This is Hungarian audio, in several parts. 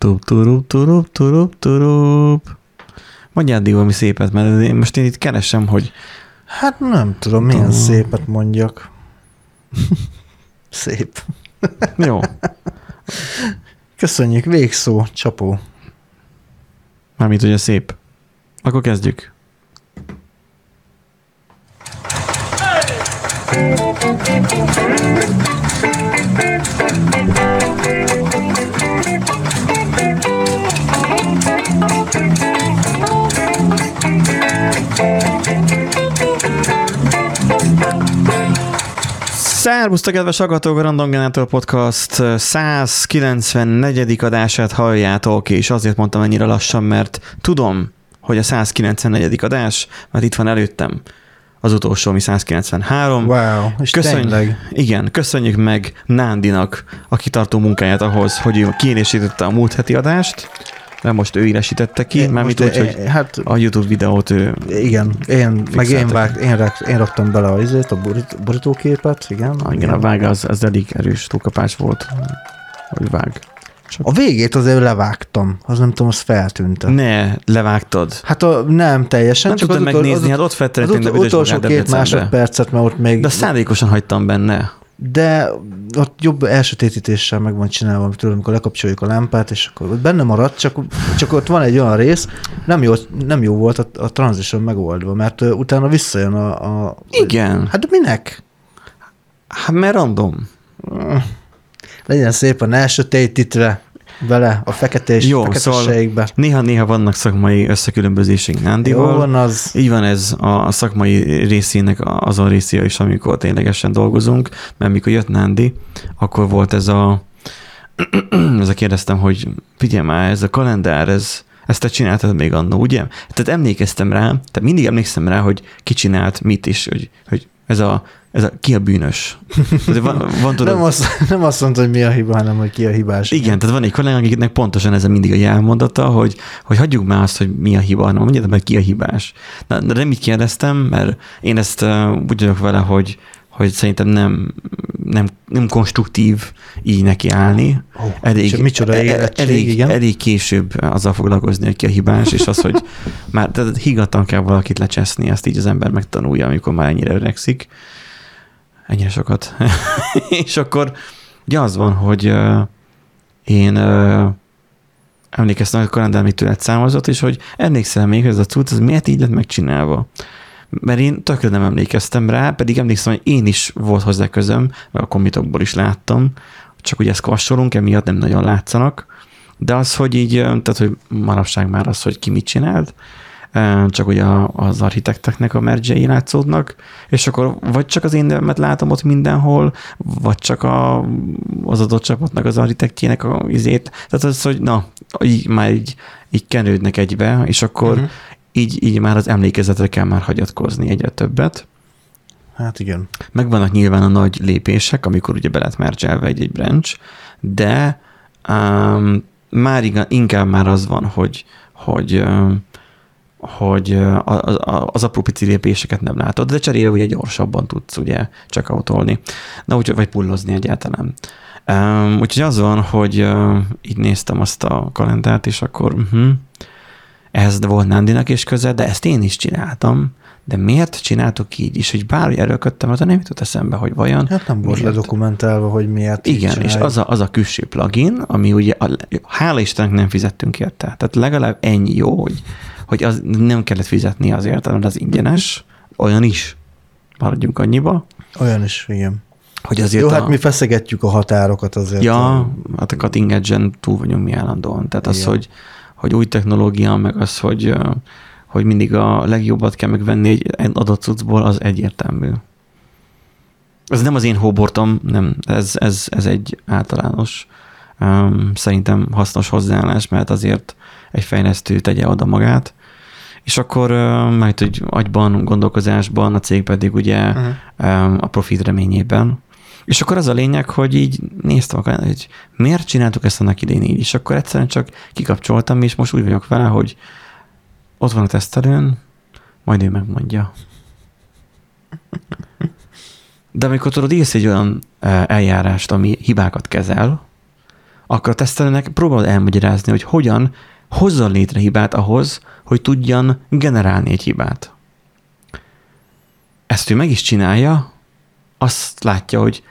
Turup. Mondjál addig valami szépet, mert most én itt keresem, hogy... Hát nem tudom, milyen szépet mondjak. Szép. Jó. Köszönjük, végszó, csapó. Mármint ugye szép. Akkor kezdjük. Szervusztok, kedves hallgatók, a Random Generator Podcast 194. adását halljátok, és azért mondtam ennyire lassan, mert tudom, hogy a 194. adás, mert itt van előttem az utolsó, ami 193. Wow, és tényleg. Igen, köszönjük meg Nándinak a kitartó munkáját ahhoz, hogy ő kiélésítette a múlt heti adást, mert most ő élesítette ki, mármint úgy, hogy hát, a YouTube videót ő... Igen, én raktam bele a borítóképet, igen. Igen, a vág az elég erős túlkapás volt, hogy vág. Csak... A végét azért levágtam, az nem tudom, az feltűnt. Ne, levágtad. Hát nem teljesen. Nem tudtam megnézni, hát ott felterettem, az utolsó 2 másodpercet, mert ott még... De szándékosan hagytam benne. De ott jobb elsötétítéssel meg van csinálva, tudom, amikor lekapcsoljuk a lámpát, és akkor ott benne maradt, csak ott van egy olyan rész, nem jó volt a transition megoldva, mert utána visszajön a Igen. Hát minek? Hát mert random. Legyen szépen elsötétítve vele a feketeségbe. Szóval néha vannak szakmai összekülönbözések Nándival. Jó van az. Így van ez a szakmai részének azon részé is, amikor ténylegesen dolgozunk, mert mikor jött Nándi, akkor volt ez a kérdeztem, hogy figyelj már, ez a kalendár, ezt te csináltad még annó, ugye? Tehát emlékeztem rá, tehát mindig emlékszem rá, hogy ki csinált mit is, hogy ez a ki a bűnös. Van, tudod, nem azt mondta, hogy mi a hiba, hanem hogy ki a hibás. Igen, tehát van egy kollégánk, akiknek pontosan ez mindig a jelmondata, hogy hagyjuk már azt, hogy mi a hiba, hanem mondjátok meg, ki a hibás. De nem így kérdeztem, mert én ezt úgy vagyok vele, hogy szerintem nem konstruktív így neki állni. Elég később azzal foglalkozni, hogy ki a hibás, és az, hogy már tehát higgadtan kell valakit lecseszni, ezt így az ember megtanulja, amikor már ennyire öregszik. Ennyire sokat. És akkor ugye az van, hogy én emlékeztem, hogy a kalendár még tőled számozott, és hogy emlékszel még, hogy ez a cucc, ez miért így lett megcsinálva? Mert én tökre nem emlékeztem rá, pedig emlékszem, hogy én is volt hozzá közöm, mert a kommitokból is láttam, csak ugye ezt kassolunk, emiatt nem nagyon látszanak, de az, hogy így, tehát hogy manapság már az, hogy ki mit csinált, csak ugye az architekteknek a merge-i látszódnak, és akkor vagy csak az én nevemet látom ott mindenhol, vagy csak az adott csapatnak az architektjének a izét. Tehát az, hogy így már így kenődnek egybe, és akkor így már az emlékezetre kell már hagyatkozni egyre többet. Hát igen. Megvannak nyilván a nagy lépések, amikor ugye be lett merge-elve egy branch, de már inkább már az van, hogy az apró pici lépéseket nem látod, de cserébe ugye gyorsabban tudsz ugye csak autolni, vagy pullozni egyáltalán. Úgyhogy az van, hogy így néztem azt a kalendárt, és akkor ehhez volt Nándinak is köze, de ezt én is csináltam, de miért csináltuk így is, hogy bár erőlködtem, az nem jutott eszembe, hogy vajon. Hát nem volt ledokumentálva, hogy miért. Igen, és az a külső plugin, ami ugye, hála Istennek nem fizettünk érte. Tehát legalább ennyi jó, hogy az nem kellett fizetni azért, mert az ingyenes, olyan is, maradjunk annyiba. Olyan is, igen. Hogy azért jó, hát mi feszegetjük a határokat azért. Ja, hát a cutting edge-en túl vagyunk mi állandóan. Tehát igen. Az, hogy új technológia, meg az, hogy mindig a legjobbat kell megvenni egy adott cuccból, az egyértelmű. Ez nem az én hóbortom, nem, ez egy általános, szerintem hasznos hozzáállás, mert azért egy fejlesztő tegye oda magát, és akkor majd, hogy agyban, gondolkozásban, a cég pedig ugye a profit reményében. És akkor az a lényeg, hogy így néztem, hogy miért csináltuk ezt annak idején így, és akkor egyszerűen csak kikapcsoltam, és most úgy vagyok vele, hogy ott van a tesztelőn, majd ő megmondja. De amikor tudod, írsz egy olyan eljárást, ami hibákat kezel, akkor a tesztelőnek próbálod elmagyarázni, hogy hogyan hozzon létre hibát ahhoz, hogy tudjan generálni egy hibát. Ezt ő meg is csinálja, azt látja, hogy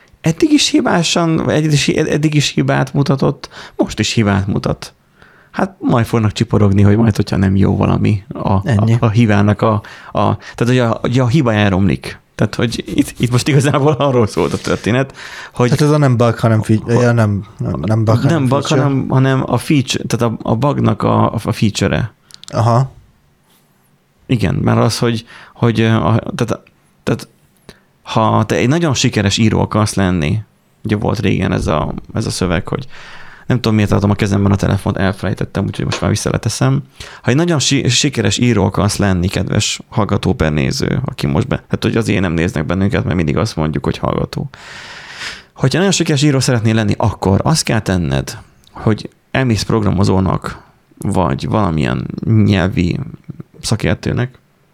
eddig is hibát mutatott, most is hibát mutat. Hát majd fognak csiporogni, hogy majd, hogyha nem jó valami a hibának tehát, hogy a hiba elromlik. Tehát, hogy itt most igazából arról szólt a történet, hogy... Hát ez a nem bug, hanem nem bug, nem bug, hanem a feature, tehát a bugnak a feature-e. Aha. Igen, mert az, tehát ha te egy nagyon sikeres író akarsz lenni, ugye volt régen ez a szöveg, hogy nem tudom, miért adom a kezemben a telefont, elfelejtettem, úgyhogy most már visszaleteszem. Ha egy nagyon sikeres író akarsz lenni, kedves hallgató per néző, aki most hát hogy azért nem néznek bennünket, mert mindig azt mondjuk, hogy hallgató. Hogyha nagyon sikeres író szeretnél lenni, akkor azt kell tenned, hogy elmész programozónak, vagy valamilyen nyelvi szakértőnek,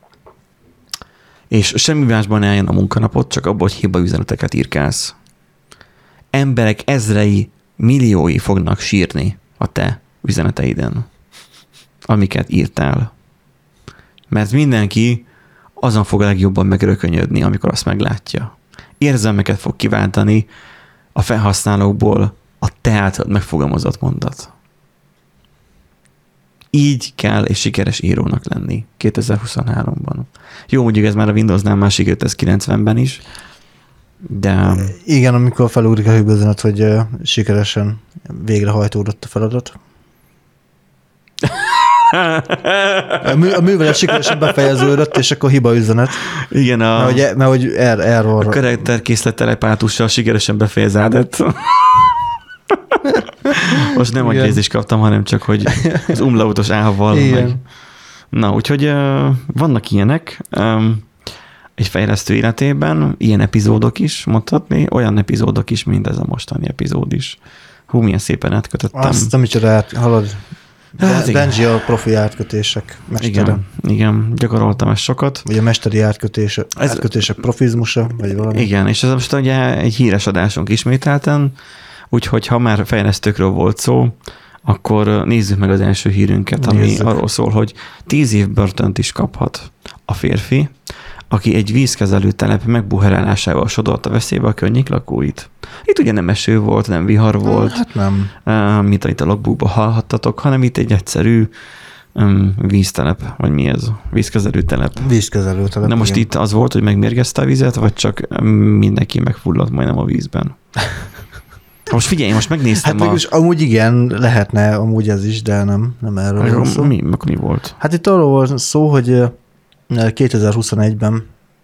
és semmi másban ne álljon a munkanapot, csak abban, hogy hibaüzeneteket írkálsz. Emberek ezrei, milliói fognak sírni a te üzeneteiden, amiket írtál. Mert mindenki azon fog a legjobban megrökönyödni, amikor azt meglátja. Érzelmeket fog kiváltani a felhasználókból a te általad megfogalmazott mondat. Így kell egy sikeres írónak lenni 2023-ban. Jó, mondjuk ez már a Windowsnál már sikerült, ez 90-ben is, de... Igen, amikor felugrik a hibőzenet, hogy sikeresen végrehajtódott a feladat. A művelet sikeresen befejeződött, és akkor hibaüzenet. Igen, mert hogy error. A karakterkészlet telepátussal sikeresen befejeződött. Most nem agyérzést kaptam, hanem csak, hogy az umlautos áhaval meg. Na, úgyhogy vannak ilyenek egy fejlesztő életében, ilyen epizódok is, mondhatni, olyan epizódok is, mint ez a mostani epizód is. Hú, milyen szépen átkötöttem. Azt, amicsoda halad. Benji a profi átkötések mestere. Igen, gyakoroltam ezt sokat. Vagy a mesteri átkötések profizmusa, vagy valami. Igen, és ez most ugye egy híres adásunk ismételten, úgyhogy ha már fejlesztőkről volt szó, akkor nézzük meg az első hírünket, ami arról szól, hogy 10 év börtönt is kaphat a férfi, aki egy vízkezelő telep megbuherálásával sodorta veszélybe a környék lakóit. Itt ugye nem eső volt, nem vihar volt, hát nem. Mint itt a logbookban hallhattatok, hanem itt egy egyszerű víztelep, vagy mi ez? Vízkezelő telep. Vízkezelő telep. Na most igen. Itt az volt, hogy megmérgezte a vizet, vagy csak mindenki megfulladt majdnem a vízben? Most figyelj, most megnéztem. Hát amúgy igen, lehetne amúgy ez is, de nem erről van szó. Mi volt? Hát itt arról volt szó, hogy 2021-ben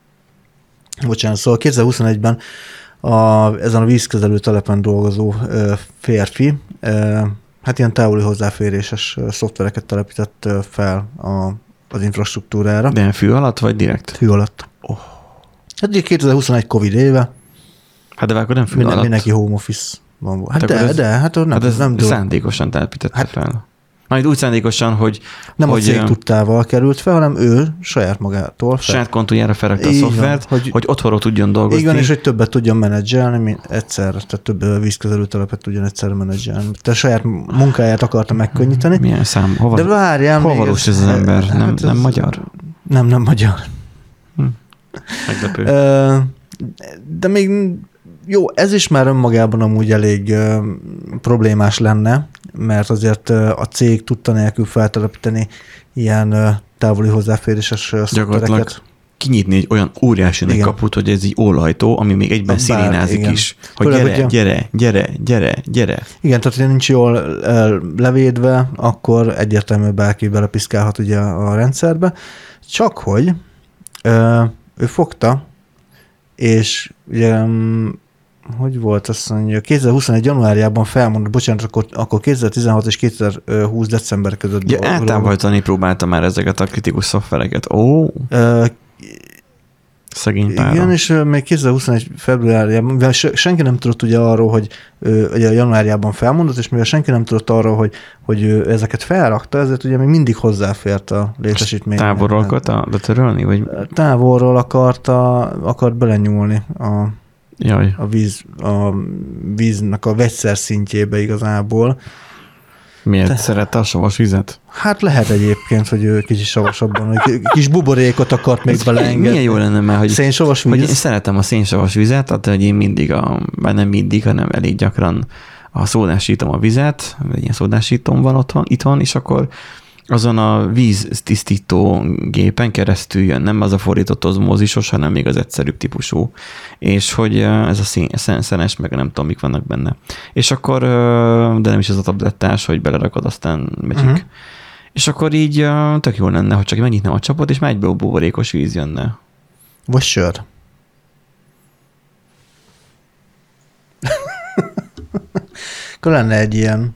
ezen a vízkezelő telepen dolgozó férfi hát ilyen távoli hozzáféréses szoftvereket telepített fel az infrastruktúrára. De fű alatt, vagy direkt? Fű alatt. Oh. Hát ugye 2021 Covid éve. Hát de akkor nem fű alatt. Mindenki home office van. Hát hát ez nem szándékosan telepítette fel. Majd úgy szándékosan, hogy... Nem a cég tudtával került fel, hanem ő saját magától fel. Saját kontójára felrakta a szoftvert, hogy otthonról tudjon dolgozni. Igen, és hogy többet tudjon menedzselni, mint egyszerre, tehát több vízkezelő telepet tudjon egyszerre menedzselni. Tehát saját munkáját akarta megkönnyíteni. Milyen szám? De várjál, hol valós ez az ember? Nem magyar? Nem magyar. Meglepő. De még jó, ez is már önmagában amúgy elég problémás lenne, mert azért a cég tudta nélkül feltelepíteni ilyen távoli hozzáféréses szoftvereket. Kinyitni egy olyan óriási nagy kaput, hogy ez egy ólajtó, ami még egyben szirénázik is, hogy gyere. Igen, tehát ha nincs jól levédve, akkor egyértelműen bárki belepiszkálhat ugye a rendszerbe. Csak hogy ő fogta, és ugye hogy volt, azt mondja, 2021 januárjában felmondott, bocsánat, akkor 2016 és 2020 december között. Ja, eltávolítani próbálta már ezeket a kritikus szoftvereket. Szegény pára. Igen, és még 2021 februárjában, senki nem tudott ugye arról, hogy ugye januárjában felmondott, és mivel senki nem tudott arról, hogy ezeket felrakta, ezért ugye még mindig hozzáfért a létesítményre. Távolról akarta letörölni? Vagy? Távolról akart belenyúlni Jaj. a víznek a vegyszer szintjébe igazából. Miért szerette a savas vizet? Hát lehet egyébként, hogy ő kicsit savasabban, hogy kis buborékot akart még beleengedni. Milyen jó lenne már, hogy szénsavas víz? Hogy én szeretem a szénsavas vizet, tehát hogy én mindig, már nem mindig, hanem elég gyakran szódásítom a vizet, ilyen szódásítóm van itthon, és akkor azon a víztisztító gépen keresztül jön, nem az a fordított ozmózisos, hanem még az egyszerűbb típusú. És hogy ez a szenes, meg nem tudom, mik vannak benne. És akkor, de nem is az a tablettás, hogy belerakod, aztán megyik. Uh-huh. És akkor így tök jó lenne, hogy csak megnyitnám a csapot, és már egyből buborékos víz jönne. Vagy sör. Akkor lenne egy ilyen,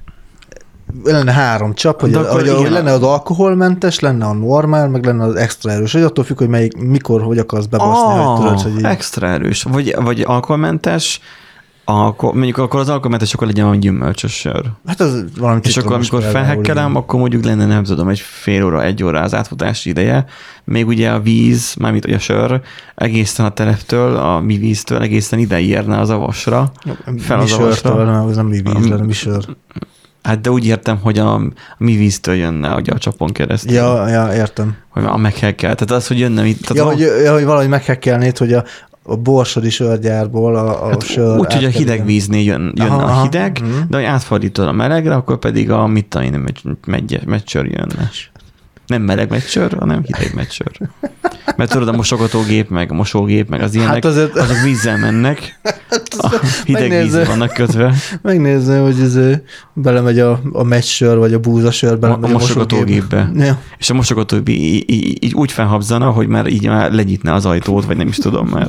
lenne 3 csap, hogy lenne az alkoholmentes, lenne a normál, meg lenne az extra erős. Hogy attól függ, hogy mikor, hogy akarsz bebaszni. Hogy tudod, hogy így... Extra erős. Vagy alkoholmentes, mondjuk akkor az alkoholmentes, akkor legyen valami gyümölcsös sör. Hát az valami. És akkor, amikor felhekkelem, akkor mondjuk lenne, nem tudom, egy fél óra, 1 óra az átfutási ideje. Még ugye a víz, mármint a sör, egészen a teleptől, a mi víztől egészen ide érne az a vasra. Fel az a vasra. Az nem mi víz, hanem mi sör. Hát de úgy értem, hogy a mi víztől jönne, hogy a csapon keresztül. Ja, értem. Hogy a meghekkel. Tehát az, hogy jönne... hogy valahogy meghekkelnéd, hogy a borsodi sörgyárból a sör... Úgy, hogy a hideg víznél jönne a hideg, de hogy átfordítod a melegre, akkor pedig a meccsör jönne. Nem meleg meccsör, hanem hideg meccsör. Mert tudod, a mosogatógép, meg a mosógép, meg az ilyenek, hát azok vízzel mennek. A hideg vízzel vannak kötve. Megnézni, hogy ez belemegy a meccsör, vagy a búzasör, belemegy a mosogatógépbe. Ja. És a mosogatógép így úgy felhabzana, hogy már így már lenyitne az ajtót, vagy nem is tudom már.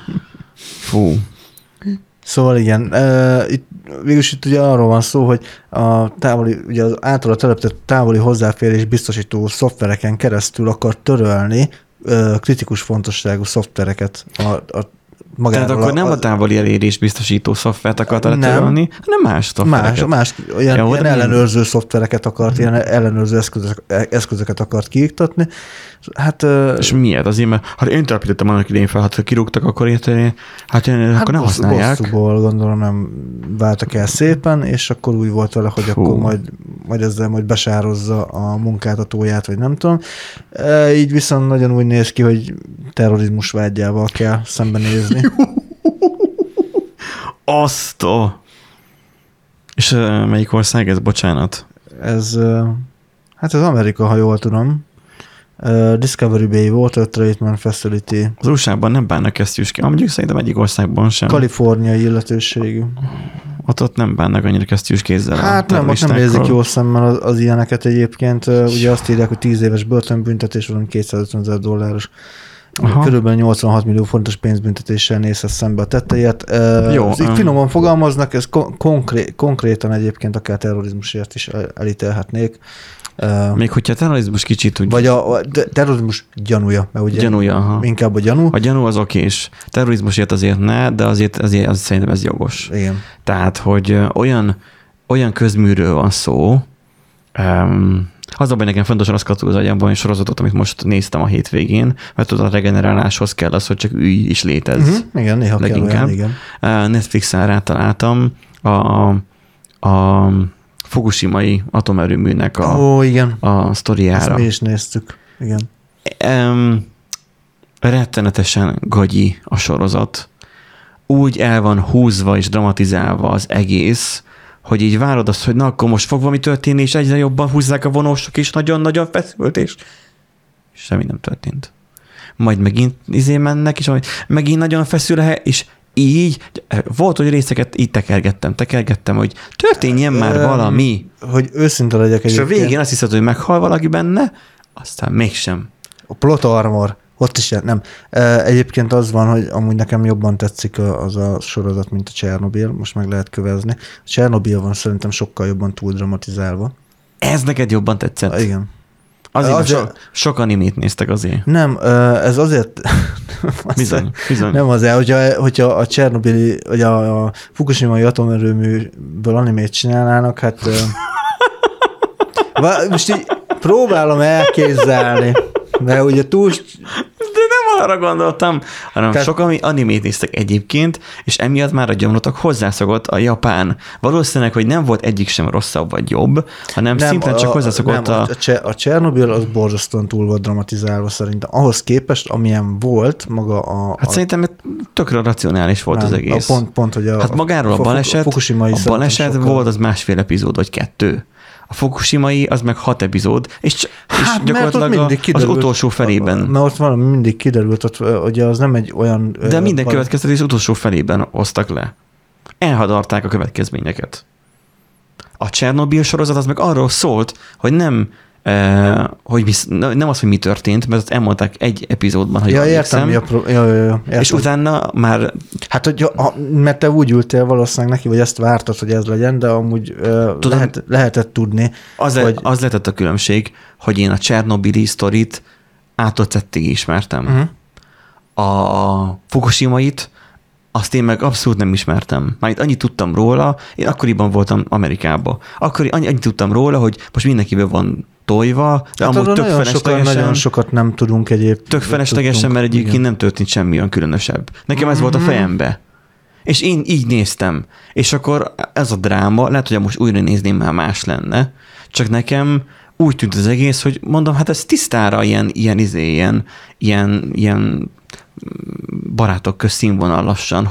Fú. Szóval igen, végülis itt ugye arról van szó, hogy ugye az által telepített távoli hozzáférés biztosító szoftvereken keresztül akar törölni kritikus fontosságú szoftvereket magáról. Tehát akkor nem a távoli elérés biztosító szoftvert akart letörölni, hanem más szoftvereket. Más ilyen ellenőrző szoftvereket akart, ilyen ellenőrző eszközöket akart kiiktatni. Hát, és miért? Azért, mert ha én telepítettem annak idején fel, ha kirúgtak, akkor érteni, akkor nem használják. Bosszúból gondolom nem váltak el szépen, és akkor úgy volt vele, hogy akkor majd ezzel majd besározza a munkáltatóját, vagy nem tudom. Így viszont nagyon úgy néz ki, hogy terrorizmus vágyával kell szembenézni. És melyik ország ez? Bocsánat. Ez Amerika, ha jól tudom. Discovery Bay Water Treatment Facility. Az USA-ban nem bánnak kesztyűskével, mondjuk szerintem egyik országban sem. Kaliforniai illetőségű. Ott nem bánnak annyira kesztyűskézzel. Hát nem, ott nem érzik jó szemmel az ilyeneket egyébként. Ugye azt írják, hogy 10 éves börtönbüntetés, valami $250,000. Körülbelül 86 millió fontos pénzbüntetéssel nézhet szembe a tetteiért. Így finoman fogalmaznak, ez konkrétan egyébként akár terrorizmusért is elítélhetnék. Még hogyha a terrorizmus kicsit úgy... Vagy a terrorizmus gyanúja. Mert ugye gyanúja, inkább a gyanú. A gyanú az okés. Terrorizmusért azért ne, de azért szerintem ez jogos. Igen. Tehát, hogy olyan közműről van szó, az abban nekem fontosan az kattog az agyamban, egy sorozatot, amit most néztam a hétvégén, mert tudod, a regeneráláshoz kell az, hogy csak ülj és létezz. Igen, néha leginkább. Kell olyan, igen. Netflixen rátaláltam a Fukushimai atomerőműnek a sztoriára. Ezt mi is néztük, igen. Rettenetesen gagyi a sorozat. Úgy el van húzva és dramatizálva az egész, hogy így várod azt, hogy na, akkor most fog valami történni, és egyre jobban húzzák a vonósok, és nagyon-nagyon feszült, és semmi nem történt. Majd megint mennek, és megint nagyon feszül a hely, és így, volt, hogy részeket így tekergettem, hogy történjen már valami. Hogy őszinte legyek egyébként. És a végén azt hiszed, hogy meghal valaki benne, aztán mégsem. A plot armor, ott is nem. Egyébként az van, hogy amúgy nekem jobban tetszik az a sorozat, mint a Csernobil, most meg lehet kövezni. A Csernobil van szerintem sokkal jobban túl dramatizálva. Ez neked jobban tetszett? Igen. Azért sok animét néztek azért. Nem, ez azért... Bizony. Nem azért, hogyha a Csernobili, vagy a Fukushimai atomerőműből animét csinálnának, hát... most így próbálom elképzelni, mert ugye túl... De nem arra gondoltam, hanem Tehát- sokan animét néztek egyébként, és emiatt már a gyomrotok hozzászokott a japán. Valószínűleg, hogy nem volt egyik sem rosszabb vagy jobb, hanem szimplán csak hozzászokott a Csernobyl az borzasztóan túl volt dramatizálva szerintem. Ahhoz képest, amilyen volt maga Hát szerintem tökre racionális volt az egész. Pont, hogy hát magáról a baleset volt az másfél epizód, vagy 2. A Fukushimai az meg 6 epizód, és gyakorlatilag az utolsó felében. Mert ott valami mindig kiderült, ott, ugye az nem egy olyan... De minden következtetés utolsó felében hoztak le. Elhadarták a következményeket. A Csernobyl sorozat az meg arról szólt, hogy nem az, hogy mi történt, mert azt elmondták egy epizódban, hogy értem. És utána már... Hát, hogy mert te úgy ültél valószínűleg neki, vagy ezt vártad, hogy ez legyen, de amúgy lehetett tudni. Az lehetett a különbség, hogy én a Csernobyli sztorit átocettig ismertem. A Fukushimait azt én meg abszolút nem ismertem. Már annyit tudtam róla, én akkoriban voltam Amerikában. Annyit tudtam róla, hogy most mindenkiből van tojva, de hát amúgy tök feleslegesen. Nagyon sokat nem tudunk egyébként. Tök feleslegesen, mert egyébként nem történt semmi olyan különösebb. Nekem ez volt a fejembe. És én így néztem. És akkor ez a dráma, lehet, hogy most újra nézném, már más lenne, csak nekem úgy tűnt az egész, hogy mondom, hát ez tisztára ilyen barátok köz színvonal lassan,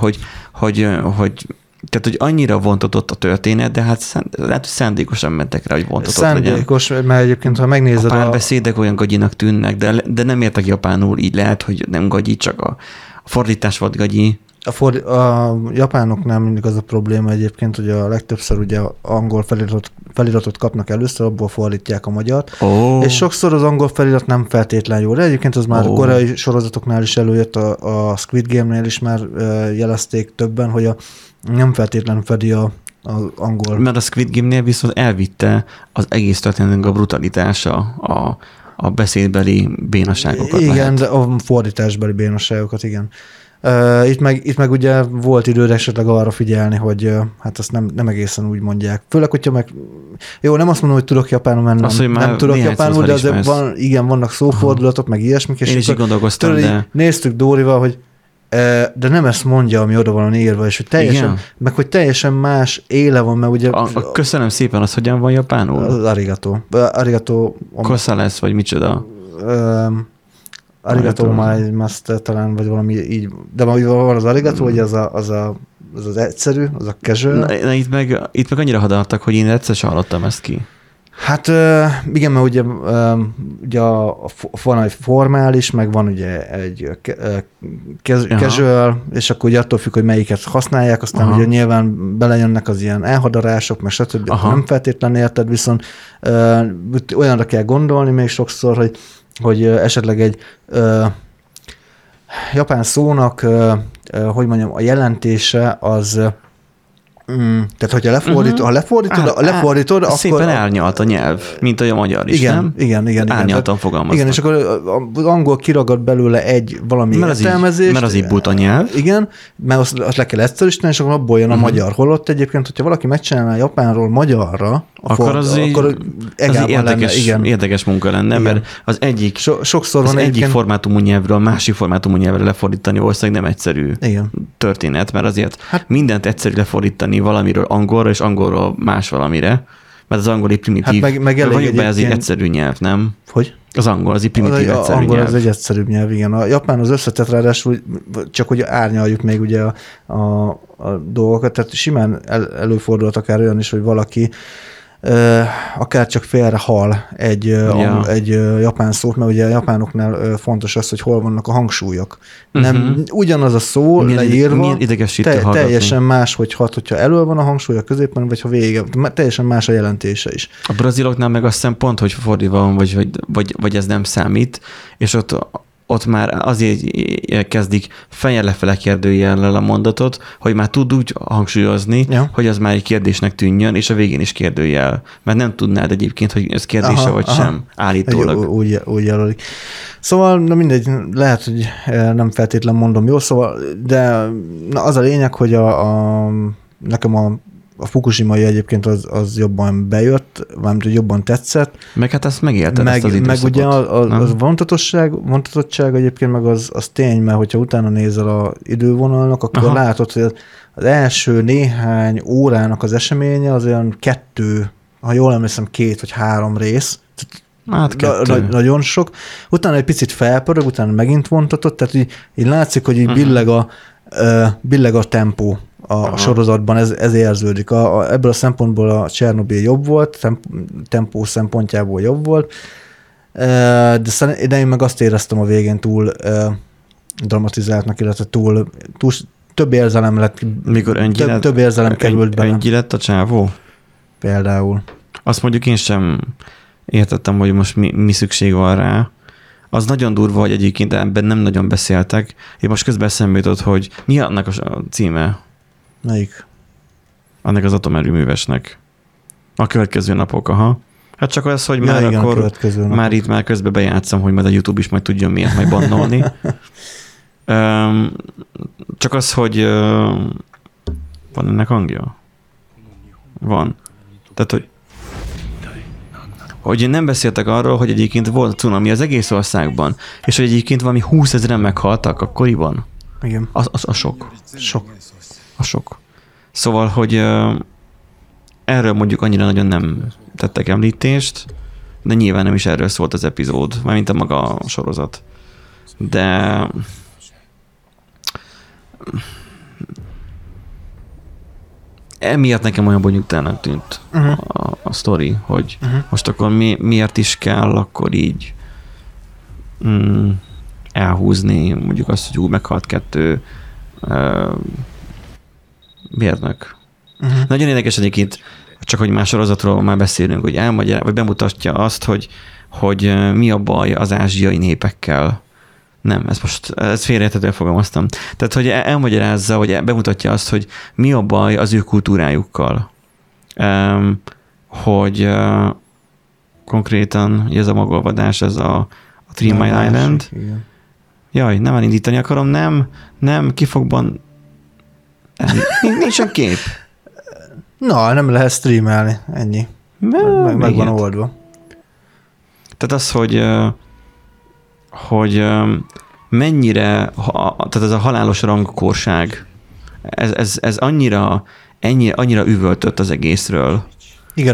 hogy annyira vontatott a történet, de hát lehet, hogy szándékosan mentek rá, hogy vontatott legyen. Szándékos, mert egyébként, ha megnézed a párbeszédek olyan gagyinak tűnnek, de nem értek japánul, így lehet, hogy nem gagyi, csak a fordítás volt gagyi. A japánoknál mindig az a probléma egyébként, hogy a legtöbbször ugye angol feliratot kapnak először, abból fordítják a magyart, és sokszor az angol felirat nem feltétlen jó, de egyébként az már a koreai sorozatoknál is előjött, a Squid Game-nél is már jelezték többen, hogy nem feltétlenül fedi az angol. Mert a Squid Game-nél viszont elvitte az egész történetnek a brutalitása, a beszédbeli bénaságokat. Igen, lehet. De a fordításbeli bénaságokat, igen. Itt meg ugye volt időre esetleg arra figyelni, hogy hát azt nem egészen úgy mondják. Főleg, hogyha meg... Jó, nem azt mondom, hogy tudok japánul, mert nem tudok japánul, de azért vannak szófordulatok, meg ilyesmik. És én is így gondolkoztam, de... Néztük Dórival, hogy de nem ezt mondja, ami oda van írva, és hogy teljesen más éle van, mert ugye... Köszönöm szépen, az hogyan van japánul? Az arigato. Arigato... Kosza lesz, vagy micsoda? Arigato master talán, vagy valami így. De ma van az arigato, hogy az egyszerű, az a casual. Na itt meg annyira hadartak, hogy én egyszer sem hallottam ezt ki. Hát igen, mert ugye van egy formális, meg van ugye egy casual, és akkor ugye attól függ, hogy melyiket használják, aztán ugye nyilván belejönnek az ilyen elhadarások, meg stb. Nem feltétlenül érted, viszont olyanra kell gondolni még sokszor, hogy esetleg egy japán szónak, hogy mondjam, a jelentése az, tehát hogyha lefordítod, akkor... Szépen árnyalt a nyelv, mint a magyar is, nem? Igen. Árnyaltan fogalmaznak. Igen, és akkor az angol kiragad belőle valami értelmezést. Mert az így buta nyelv. Igen, mert azt le kell egyszerűsíteni, és akkor abból jön a magyar. Holott egyébként, hogyha valaki megcsinálná japánról magyarra, akkor érdekes munka lenne, igen. Mert az egyik, sokszor van egyik formátumú nyelvről a másik formátumú nyelvre lefordítani valószínűleg nem egyszerű történet, mert azért mindent egyszerű lefordítani valamiről angolra, és angolról más valamire, mert az angol egy primitív, vagyunk be, ez egy egyszerű nyelv, nem? Hogy? Az angol, az egy primitív, egyszerű angol nyelv. Az egy egyszerűbb nyelv, igen. A japán az összetett, ráadásul csak hogy árnyaljuk még ugye a dolgokat, tehát simán előfordult akár olyan is, hogy valaki akár csak félre hal egy japán szót, mert ugye a japánoknál fontos az, hogy hol vannak a hangsúlyok. Nem ugyanaz a szó leírva, teljesen más, hogyha elől van a hangsúly a középen, vagy ha vége, teljesen más a jelentése is. A braziloknál meg azt hiszem pont, hogy fordítva van, vagy ez nem számít, és ott már azért kezdik fejjel lefele kérdőjellel a mondatot, hogy már tud úgy hangsúlyozni, hogy az már egy kérdésnek tűnjön, és a végén is kérdőjel. Mert nem tudnád egyébként, hogy ez kérdése vagy sem, állítólag. Úgy jelölik. Szóval, mindegy, lehet, hogy nem feltétlen mondom jól, szóval, de az a lényeg, hogy nekem a Fukushima-i egyébként az jobban bejött, valamint jobban tetszett. Meg hát ezt megélted, ezt az időszakot. Meg ugye az vontatottság egyébként meg az tény, mert hogyha utána nézel a idővonalnak, akkor látod, hogy az első néhány órának az eseménye az olyan 2, ha jól emlékszem, 2 vagy 3 rész. Hát 2. Nagyon sok. Utána egy picit felpörög, utána megint vontatott, tehát így látszik, hogy így billeg a tempó a sorozatban, ez érződik. Ebből a szempontból a Csernobil jobb volt, tempó szempontjából jobb volt, de én meg azt éreztem a végén túl dramatizáltnak, illetve túl több érzelem lett, mikor több érzelem került bele. Öngyi lett a csávó? Például. Azt mondjuk én sem értettem, hogy most mi szükség van rá. Az nagyon durva, hogy egyébként ebben nem nagyon beszéltek. Én most közben eszembe jutott, hogy mi annak a címe? Melyik? Annak az atomerőművesnek. A következő napok, aha. Hát csak az, hogy már igen, akkor már itt már közben bejátszom, hogy majd a YouTube is majd tudjon miért majd bannolni. Csak az, hogy van ennek hangja? Van. Tehát, hogy nem beszéltek arról, hogy egyébként volt cunami az egész országban, és hogy egyébként valami 20 000-en meghaltak akkoriban. Igen. A sok. Sok. A sok. Szóval, hogy erről mondjuk annyira nagyon nem tettek említést, de nyilván nem is erről szólt az epizód, mármint a maga a sorozat. De emiatt nekem olyan bonyolultának tűnt a sztori, hogy most akkor miért is kell akkor így elhúzni mondjuk azt, hogy meghalt 2 mérnök. Nagyon érdekes egyébként, csak hogy más sorozatról már beszélünk, hogy vagy bemutatja azt, hogy mi a baj az ázsiai népekkel. Nem, ezt félreérthetően fogalmaztam. Tehát, hogy elmagyarázza, vagy bemutatja azt, hogy mi a baj az ő kultúrájukkal. Hogy konkrétan ez a magolvadás, ez a Three Mile Island. Igen. Jaj, nem elindítani akarom, nem, kifogban nincsen kép. Na, nem lehet streamelni, ennyi. Meg van oldva. Tehát az, hogy mennyire, tehát ez a halálos rangkorság, ez annyira üvöltött az egészről. Igen,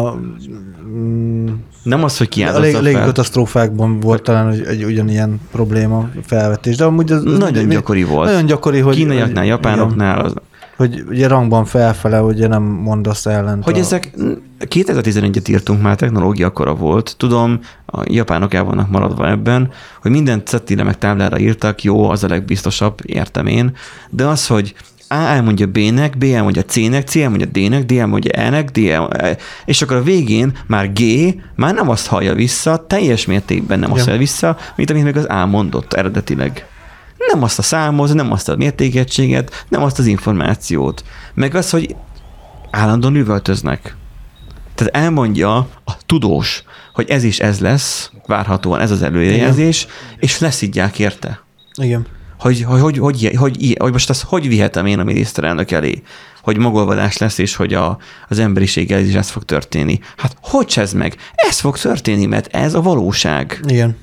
nem az, hogy kiáltott a légikatasztrófákban volt talán egy ugyanilyen probléma felvetés, de amúgy az nagyon gyakori volt. Nagyon gyakori, hogy kínaiaknál, japánoknál. Hogy ugye rangban felfele, ugye nem mondasz ellent. Hogy ezek 2011-et írtunk, már technológia akkora volt. Tudom, a japánok el vannak maradva ebben, hogy mindent cettire meg táblára írtak, jó, az a legbiztosabb, értem én, de az, hogy A elmondja B-nek, B elmondja C-nek, C elmondja D-nek, D elmondja E-nek, és akkor a végén már G már nem azt hallja vissza, teljes mértékben nem azt hallja vissza, mint amit még az A mondott eredetileg. Nem azt a számot, nem azt a mértékegységet, nem azt az információt. Meg az, hogy állandóan üvöltöznek. Tehát elmondja a tudós, hogy ez is ez lesz, várhatóan ez az előrejelzés, és leszidják érte. Igen. Hogy most ezt hogy vihetem én a miniszterelnök elé? Hogy magolvadás lesz, és hogy az emberiséggel is ez fog történni. Hát hogy ez meg? Ez fog történni, mert ez a valóság. Igen.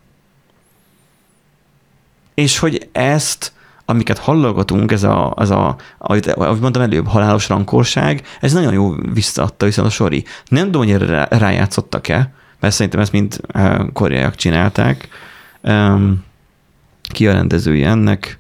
És hogy ezt, amiket hallogatunk, ez ahogy mondtam előbb, halálos rankorság, ez nagyon jó visszaadta viszont a Sori. Nem tudom, hogy erre rájátszottak-e, mert szerintem ezt mind koreaiak csinálták. Ki a rendezője ennek?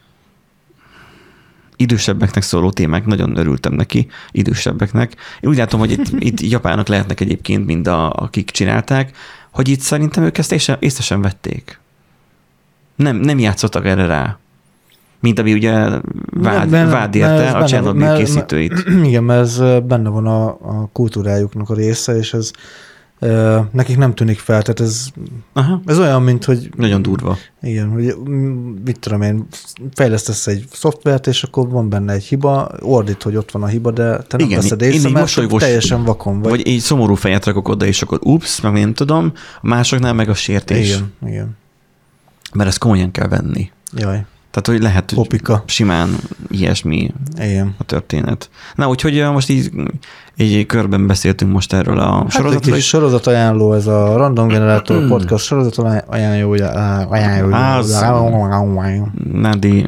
Idősebbeknek szóló témák, nagyon örültem neki, idősebbeknek. Én úgy látom, hogy itt japánok lehetnek egyébként, mind akik csinálták, hogy itt szerintem ők ezt észre sem vették. Nem játszottak erre rá. Mint ami ugye vád érte a Csernobil készítőit. Igen, mert ez benne van a kultúrájuknak a része, és ez nekik nem tűnik fel, tehát ez olyan, mint hogy... Nagyon durva. Igen, hogy mit tudom én, fejlesztesz egy szoftvert, és akkor van benne egy hiba, ordít, hogy ott van a hiba, de te nem veszed észre, mert teljesen vakon vagy. Vagy így szomorú fejet rakok oda, és akkor ups, meg én tudom, a másoknál meg a sértés. Igen. Mert ezt komolyan kell venni. Jaj. Tehát, hogy lehet, hogy Popika. simán ilyesmi Igen. a történet. Na, úgyhogy most így körben beszéltünk most erről a sorozatról. Hát egy sorozat ajánló, ez a Random Generator podcast sorozat ajánlója. Nádi,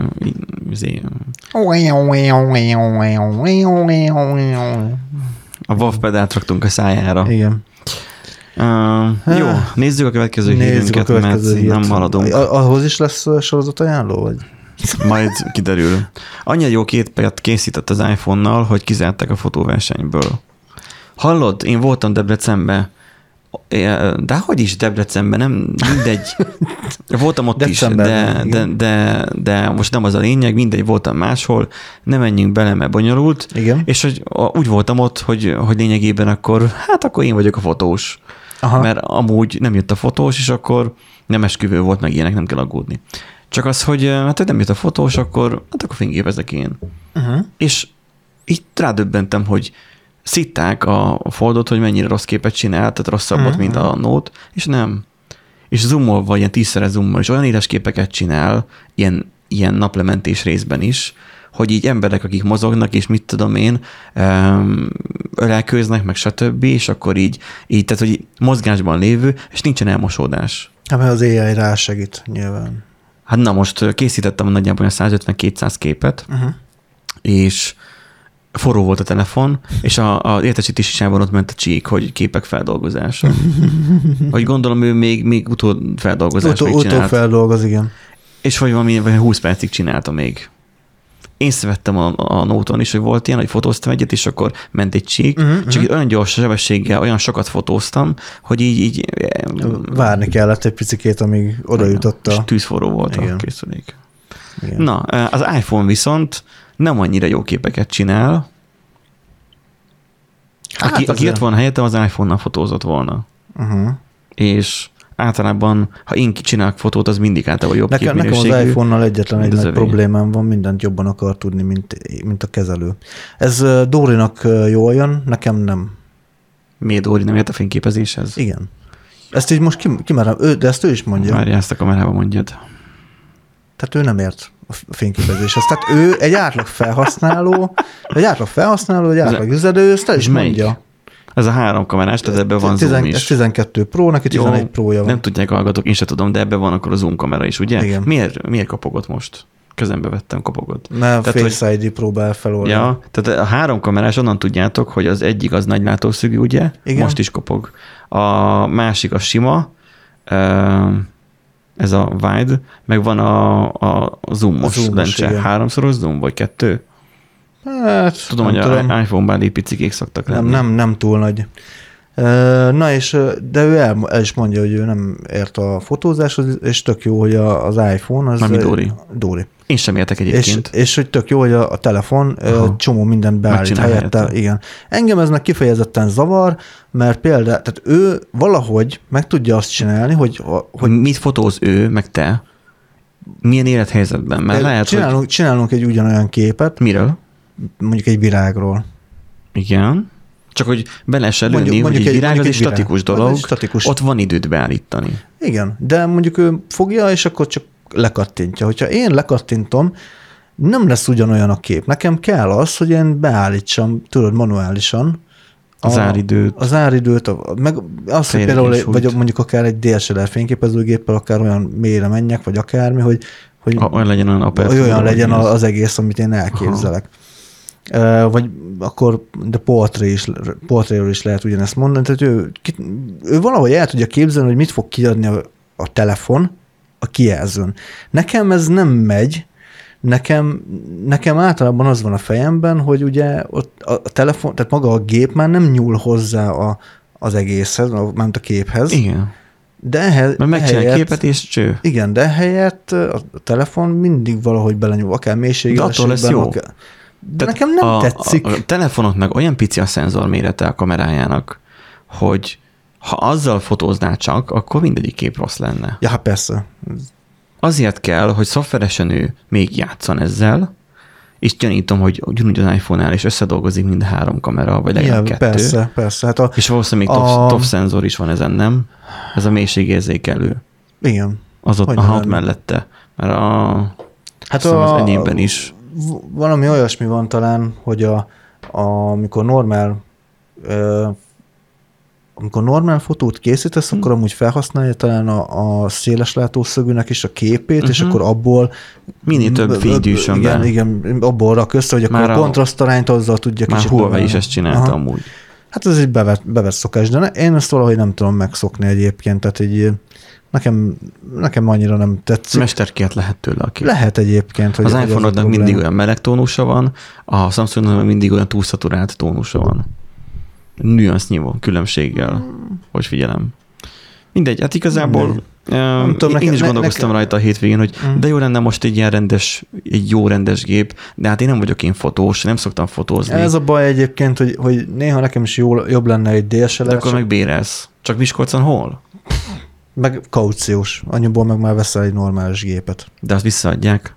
a WAV pedált raktunk a szájára. Igen. Jó, nézzük a következő hírünket, mert nem haladunk. Ahhoz is lesz sorozat ajánló, vagy? Majd kiderül. Annyira jó képet készített az iPhone-nal, hogy kizárták a fotóversenyből. Hallod, én voltam Debrecenben, de hogy is Debrecenben, nem mindegy. Voltam ott is, de most nem az a lényeg, mindegy, voltam máshol, ne menjünk bele, mert bonyolult. Igen. És hogy úgy voltam ott, hogy lényegében akkor én vagyok a fotós. Aha. Mert amúgy nem jött a fotós, és akkor nem esküvő volt, meg ilyenek, nem kell aggódni. Csak az, hogy nem jött a fotós, akkor fényképezek én. Uh-huh. És így rádöbbentem, hogy szitták a Foldot, hogy mennyire rossz képet csinál, tehát rosszabbat, mint a Note, és nem. És zoomolva, ilyen 10-szeres zoommal, és olyan éles képeket csinál, ilyen naplementés részben is, hogy így emberek, akik mozognak, és mit tudom én, ölelkőznek, meg stb., és akkor így tehát, hogy mozgásban lévő, és nincsen elmosódás. Hát mert az AI rá segít, nyilván. Hát na, most készítettem nagyjából a 150-200 képet, és forró volt a telefon, és az értesítési sávon ott ment a csík, hogy képek feldolgozása. Hogy gondolom, ő még utófeldolgozás még csinált. Utófeldolgoz, igen. És vagy 20 percig csinálta még. Én szvettem a Note-on is, hogy volt ilyen, hogy fotóztam egyet, és akkor ment egy csík, csak olyan gyors sebességgel, olyan sokat fotóztam, hogy így várni kellett egy picikét, amíg oda jutott és tűzforró volt igen. a készülék. Igen. Na, az iPhone viszont nem annyira jó képeket csinál. Aki jött volna helyettem, az iPhone-nal fotózott volna. És általában, ha én csinálok fotót, az mindig általában jobb képminőségű. Nekem az iPhone-nal egyetlen egy nagy problémám van, mindent jobban akar tudni, mint a kezelő. Ez Dórinak jól jön, nekem nem. Miért Dóri nem ért a fényképezéshez? Igen. Ezt így most kimerem, de ezt ő is mondja. Várjál, ezt a kamerában mondjad. Tehát ő nem ért a fényképezéshez. Tehát ő egy átlag felhasználó, egy átlag üzenő, ezt el is mondja. Ez a 3 kamerás, tehát ebben van zoom is. Ez 12 Pro, neki 11 Pro-ja van. Nem tudják hallgatók, én sem tudom, de ebben van akkor a zoom kamera is, ugye? Igen. Miért kopogott most? Kezembe vettem, kopogott. Mert Face ID próbál feloldani. Ja, tehát a 3 kamerás, onnan tudjátok, hogy az egyik az nagy látószögű, ugye? Igen. Most is kopog. A másik a sima, ez a wide, meg van a zoomos lencse. 3-szoros zoom, vagy 2? Hát, tudom, hogy az iPhone-ban így picikék szoktak lenni. Nem túl nagy. Na és, de ő el is mondja, hogy ő nem ért a fotózáshoz, és tök jó, hogy az iPhone az... Mármint Dóri. Dóri. Én sem értek egyébként. És hogy tök jó, hogy a telefon csomó mindent beállít helyette. Igen. Engem ez meg kifejezetten zavar, mert például, tehát ő valahogy meg tudja azt csinálni, hogy mit fotóz ő, meg te? Milyen élethelyzetben? Mert lehet, csinálunk egy ugyanolyan képet. Miről? Mondjuk egy virágról. Igen. Csak hogy be lehessen lőni, hogy egy virág az egy statikus dolog, ott van időt beállítani. Igen, de mondjuk ő fogja, és akkor csak lekattintja. Hogyha én lekattintom, nem lesz ugyanolyan a kép. Nekem kell az, hogy én beállítsam, tudod, manuálisan az áridőt, meg azt, hogy például, vagy mondjuk akár egy DSLR fényképezőgéppel, akár olyan mélyre menjek, vagy akármi, hogy olyan legyen legyen az egész, amit én elképzelek. Vagy akkor, de portréről is lehet ugyanezt mondani, tehát ő valahogy el tudja képzelni, hogy mit fog kiadni a telefon a kijelzőn. Nekem ez nem megy, nekem általában az van a fejemben, hogy ugye ott a telefon, tehát maga a gép már nem nyúl hozzá az egészhez, mármint a képhez. Igen. De ehelyett... Mert megcsinál képet és cső. Igen, de ehelyett a telefon mindig valahogy belenyúl, akár mélységben. De attól lesz jó. De nekem nem tetszik. A telefonoknak olyan pici a szenzor mérete a kamerájának, hogy ha azzal fotóznál csak, akkor mindegyik kép rossz lenne. Ja, hát persze. Azért kell, hogy szoftveresen ő még játszon ezzel, és gyanítom, hogy ugyanúgy az iPhone-nál is összedolgozik mind a 3 kamera, vagy legalább 2. Persze. Hát és valószínűleg még TOF szenzor is van ezen, nem? Ez a mélységérzékelő. Igen. Az ott a hat mellette. Mert Hát az enyémben is. Valami olyasmi van talán, hogy amikor normál fotót készítesz, akkor amúgy felhasználja talán a széles látószögűnek is a képét, és akkor abból minél több fénygyűjtsön be. Igen, abból rak össze, hogy akkor a kontrasztarányt azzal tudja kicsit. Már Huawei is ezt csinálta amúgy. Hát ez egy bevett szokás, de én ezt valahogy nem tudom megszokni egyébként, tehát így nekem annyira nem tetszik. Mesterkélt lehet tőle. Lehet egyébként. Hogy az iPhone-odnak mindig olyan meleg tónusa van, a Samsungnak mindig olyan túlszaturált tónusa van. Nüansznyi különbséggel, hogy figyelem. Mindegy, hát igazából én is gondolkoztam rajta a hétvégén, hogy de jó lenne most egy jó rendes gép, de hát én nem vagyok én fotós, nem szoktam fotózni. Ez a baj egyébként, hogy néha nekem is jobb lenne egy DSLR. De akkor meg bérelsz. Csak Miskolcon hol? Meg kauciós. Annyiból meg már veszel egy normális gépet. De azt visszaadják.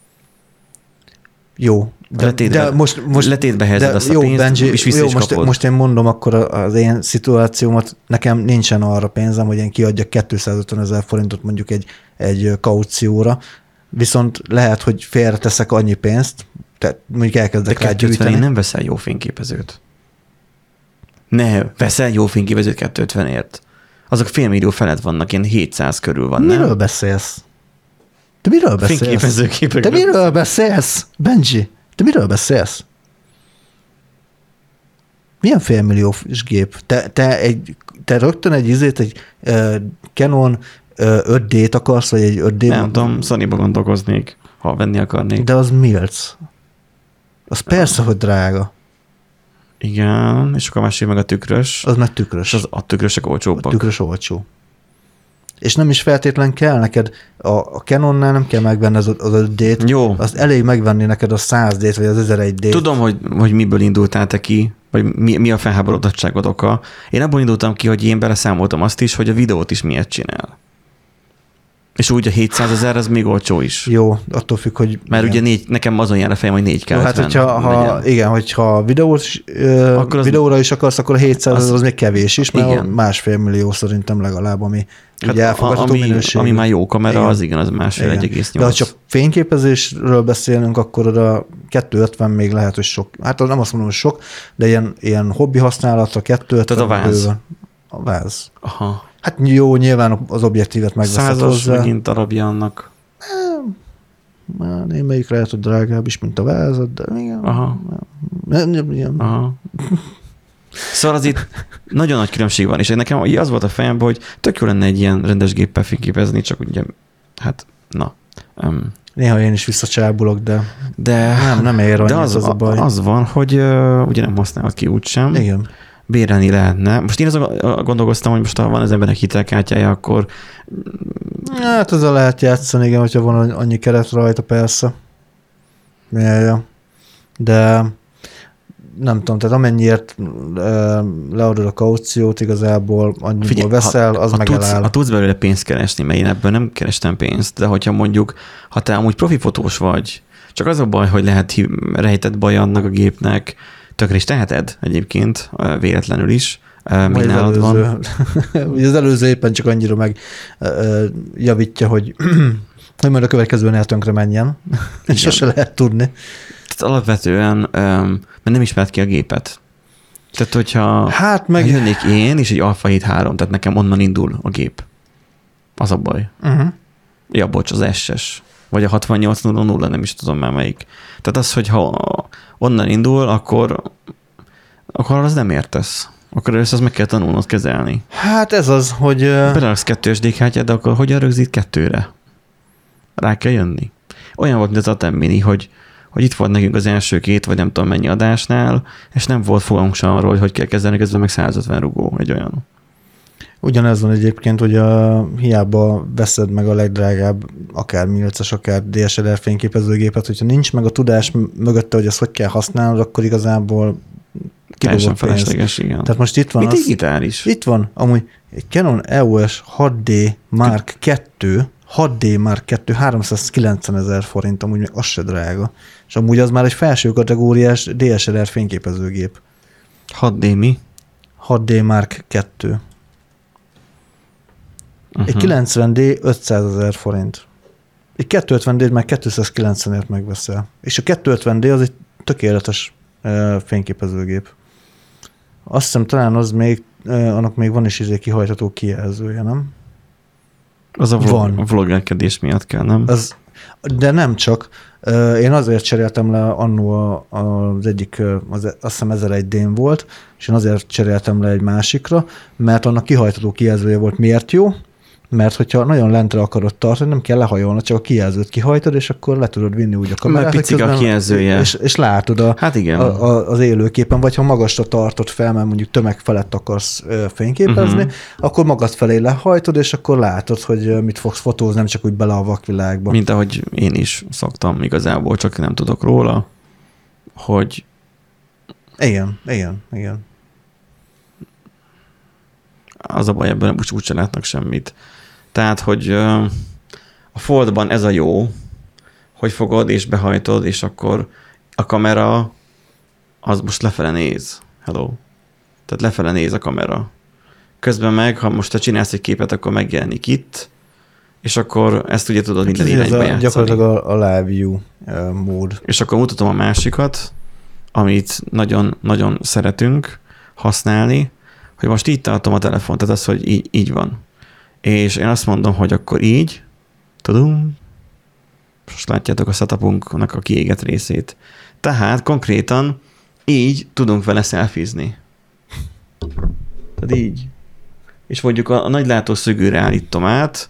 Jó. De most letétbe helyezed azt a pénzt, Benji, és vissza is kapod. Most én mondom akkor az én szituációmat, nekem nincsen arra pénzem, hogy én kiadjak 250 000 forintot mondjuk egy kaucióra, viszont lehet, hogy félreteszek annyi pénzt, tehát mondjuk elkezdek rá gyűjteni. De 250-ért nem veszel jó fényképezőt. Ne, veszel jó fényképezőt 250-ért. Azok félmillió felett vannak, ilyen 700 körül van, nem? Miről beszélsz? Te miről beszélsz? Fényképezőképek. Te miről beszélsz, Benji? Te miről beszélsz? Milyen félmilliós gép? Te rögtön egy Canon 5D-t akarsz, vagy egy 5D? Nem tudom, Sony-ba gondolkoznék, ha venni akarnék. De az milc. Az persze, hogy drága. Igen, és akkor másik meg a tükrös. Az meg tükrös. És a tükrösek olcsóbbak. A tükrös olcsó. És nem is feltétlen kell neked, a Canonnál nem kell megvenni az 5D-t. Jó. Az elég megvenni neked a 100D-t, vagy az 1001D-t. Tudom, hogy miből indultál te ki, vagy mi a felháborodottságod oka. Én abból indultam ki, hogy én beleszámoltam azt is, hogy a videót is miért csinál. És úgy a 700 000 az még olcsó is. Jó, attól függ, hogy... Mert igen. Ugye nekem azon jár a fejem, hogy 4 kell. Hát, hogyha videóra is akarsz, akkor a 700 az még kevés is, mert igen. 1,5 millió szerintem legalább, ami hát elfogadható minőség. Ami már jó kamera, igen. Az igen, az 1,5-1,8. De ha csak fényképezésről beszélünk, akkor oda 250 még lehet, hogy sok. Hát nem azt mondom, hogy sok, de ilyen hobbi használatra 250. Tehát a váz. Bőven. A váz. Aha. Hát jó, nyilván az objektívet megveszed hozzá. 100-as megint darabja annak. Némelyik lehet, hogy drágább is, mint a vázad, de igen. Aha. Aha. Szóval az itt nagyon nagy különbség van, és nekem az volt a fejemben, hogy tök jó lenne egy ilyen rendes géppel fényképezni, csak ugye, hát, na. Néha én is visszacsábulok, de nem ér annyit, az a baj. Az van, hogy ugye nem használod ki úgysem. Igen. Bérelni lehetne. Most én azon gondolkoztam, hogy most ha van az embernek hitelkártyája, akkor... Hát ezzel lehet játszani, igen, hogyha van annyi keret rajta, persze. Ja. De nem tudom, tehát amennyiért leadod a kauciót, igazából annyiból veszel, az megáll. Ha tudsz belőle pénzt keresni, mert én ebből nem kerestem pénzt, de hogyha mondjuk, ha te amúgy profi fotós vagy, csak az a baj, hogy lehet rejtett baj annak a gépnek, tökre is teheted egyébként, véletlenül is, mi nálad van. Ugye az előző éppen csak annyira megjavítja, hogy majd a következőnél tönkre menjen, és sose lehet tudni. Tehát alapvetően, mert nem ismert ki a gépet. Tehát, hogyha jönnék én, és egy Alpha 7 3, tehát nekem onnan indul a gép. Az a baj. Ja, bocs, az SS. Vagy a 6800, nem is tudom már melyik. Tehát az, hogy ha onnan indul, akkor az nem értesz. Akkor először azt meg kell tanulnod kezelni. Hát ez az, hogy... Beleraksz 2 SD kártyát, de akkor hogyan rögzít 2-re? Rá kell jönni. Olyan volt, mint az Atem Mini, hogy itt volt nekünk az első 2, vagy nem tudom mennyi adásnál, és nem volt fogalmunk sem arról, hogy kell kezelni, közben meg 150 rugó, egy olyan. Ugyanez van egyébként, hogy hiába veszed meg a legdrágább, akár milces, akár DSLR fényképezőgépet, hogyha nincs meg a tudás mögötte, hogy ezt hogy kell használnod, akkor igazából teljesen felesleges, igen. Tehát most itt van mi digitális? Itt van, amúgy egy Canon EOS 6D Mark II, 390 000 forint, amúgy még az se drága. És amúgy az már egy felső kategóriás DSLR fényképezőgép. 6D mi? 6D Mark II. Egy 90D 500 000 forint. Egy 250D-t már 290-ért megveszel. És a 250D az egy tökéletes fényképezőgép. Azt hiszem talán az még, annak még van is kihajtható kijelzője, nem? Az a vlogelkedés miatt kell, nem? De nem csak. Én azért cseréltem le annó az egyik, azt hiszem 1001D-n volt, és én azért cseréltem le egy másikra, mert annak kihajtható kijelzője volt. Miért jó? Mert hogyha nagyon lentre akarod tartani, nem kell lehajolni, csak a kijelzőt kihajtod, és akkor le tudod vinni úgy a kamerát. Mert picik a kijelzője. És látod hát igen. Az élőképen, vagy ha magasra tartod fel, mert mondjuk tömeg felett akarsz fényképezni, akkor magad felé lehajtod, és akkor látod, hogy mit fogsz fotózni, nem csak úgy bele a vakvilágba. Mint ahogy én is szoktam igazából, csak nem tudok róla, hogy... Igen. Az a baj, ebben úgy sem látnak semmit. Tehát, hogy a Foldban ez a jó, hogy fogod és behajtod, és akkor a kamera az most lefele néz. Hello. Tehát lefele néz a kamera. Közben meg, ha most te csinálsz egy képet, akkor megjelenik itt, és akkor ezt ugye tudod minden irányba játszani. Gyakorlatilag a live view mód. És akkor mutatom a másikat, amit nagyon szeretünk használni, hogy most így tartom a telefont, tehát az, hogy így van. És én azt mondom, hogy akkor így, tudom, most látjátok a setupunknak a kiégett részét. Tehát konkrétan így tudunk vele szelfizni. Tehát így. És mondjuk a nagy látószögűre állítom át,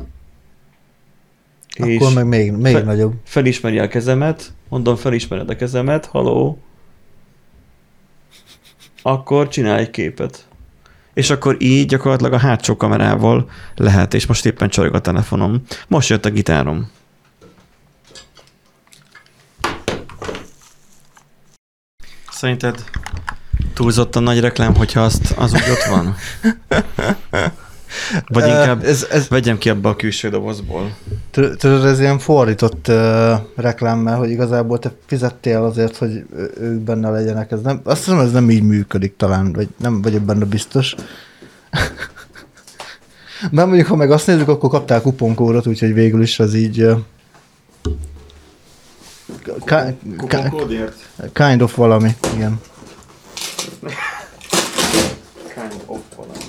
akkor és meg még nagyobb. Felismeri a kezemet, mondom, felismered a kezemet, haló, akkor csinálj egy képet. És akkor így gyakorlatilag a hátsó kamerával lehet, és most éppen csorog a telefonom. Most jött a gitárom. Szerinted túlzottan nagy reklám, hogyha az úgy ott van? Vagy inkább vegyem ki abba a külső dobozból. Tudod, ez ilyen fordított reklám, mert hogy igazából te fizettél azért, hogy ők benne legyenek. Azt hiszem, ez nem így működik talán, vagy nem vagyok benne biztos. Mert mondjuk, ha meg azt nézzük, akkor kaptál kuponkódot, úgyhogy végül is az így... Kuponkódért? Kind of valami, igen. Kind of valami.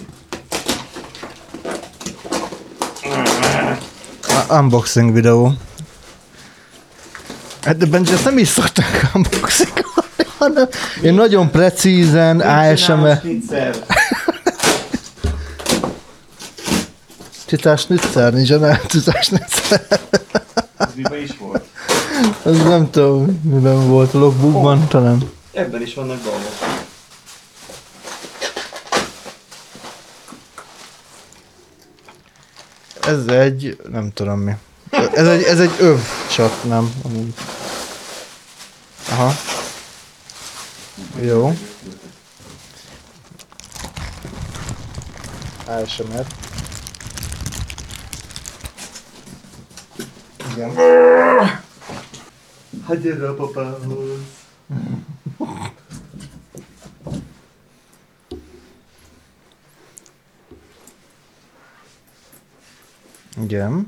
Unboxing videó. Hát de Benji, ezt nem is szokták unboxingolni, hanem én nagyon precízen, ASMR... Csitás snitzer, nincsen csitás snitzer. Ez miben is volt? Ez nem tudom, miben volt a logbookban, talán. Ebben is vannak dolgok. Ez egy, nem tudom mi. Ez egy öv, csak nem. Amúgy. Aha. Jó. ASMR. Igen. Hát gyere a papához. Igen.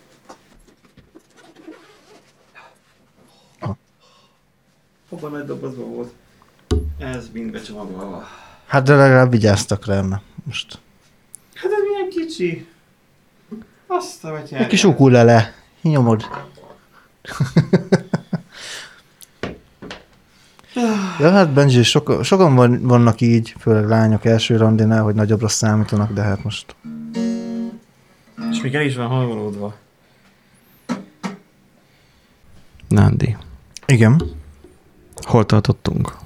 Hova nagy dobozban volt? Ez mind becsomagolva. Hát de legalább vigyáztak rá, most. Hát ez milyen kicsi. Azt a vagy egy kis ukulele. Nyomod. Ja, hát Benji, sokan vannak így, főleg lányok első randinál, hogy nagyobbra számítanak, de hát most... És még el is van hallgalódva. Nándi. Igen. Hol tartottunk?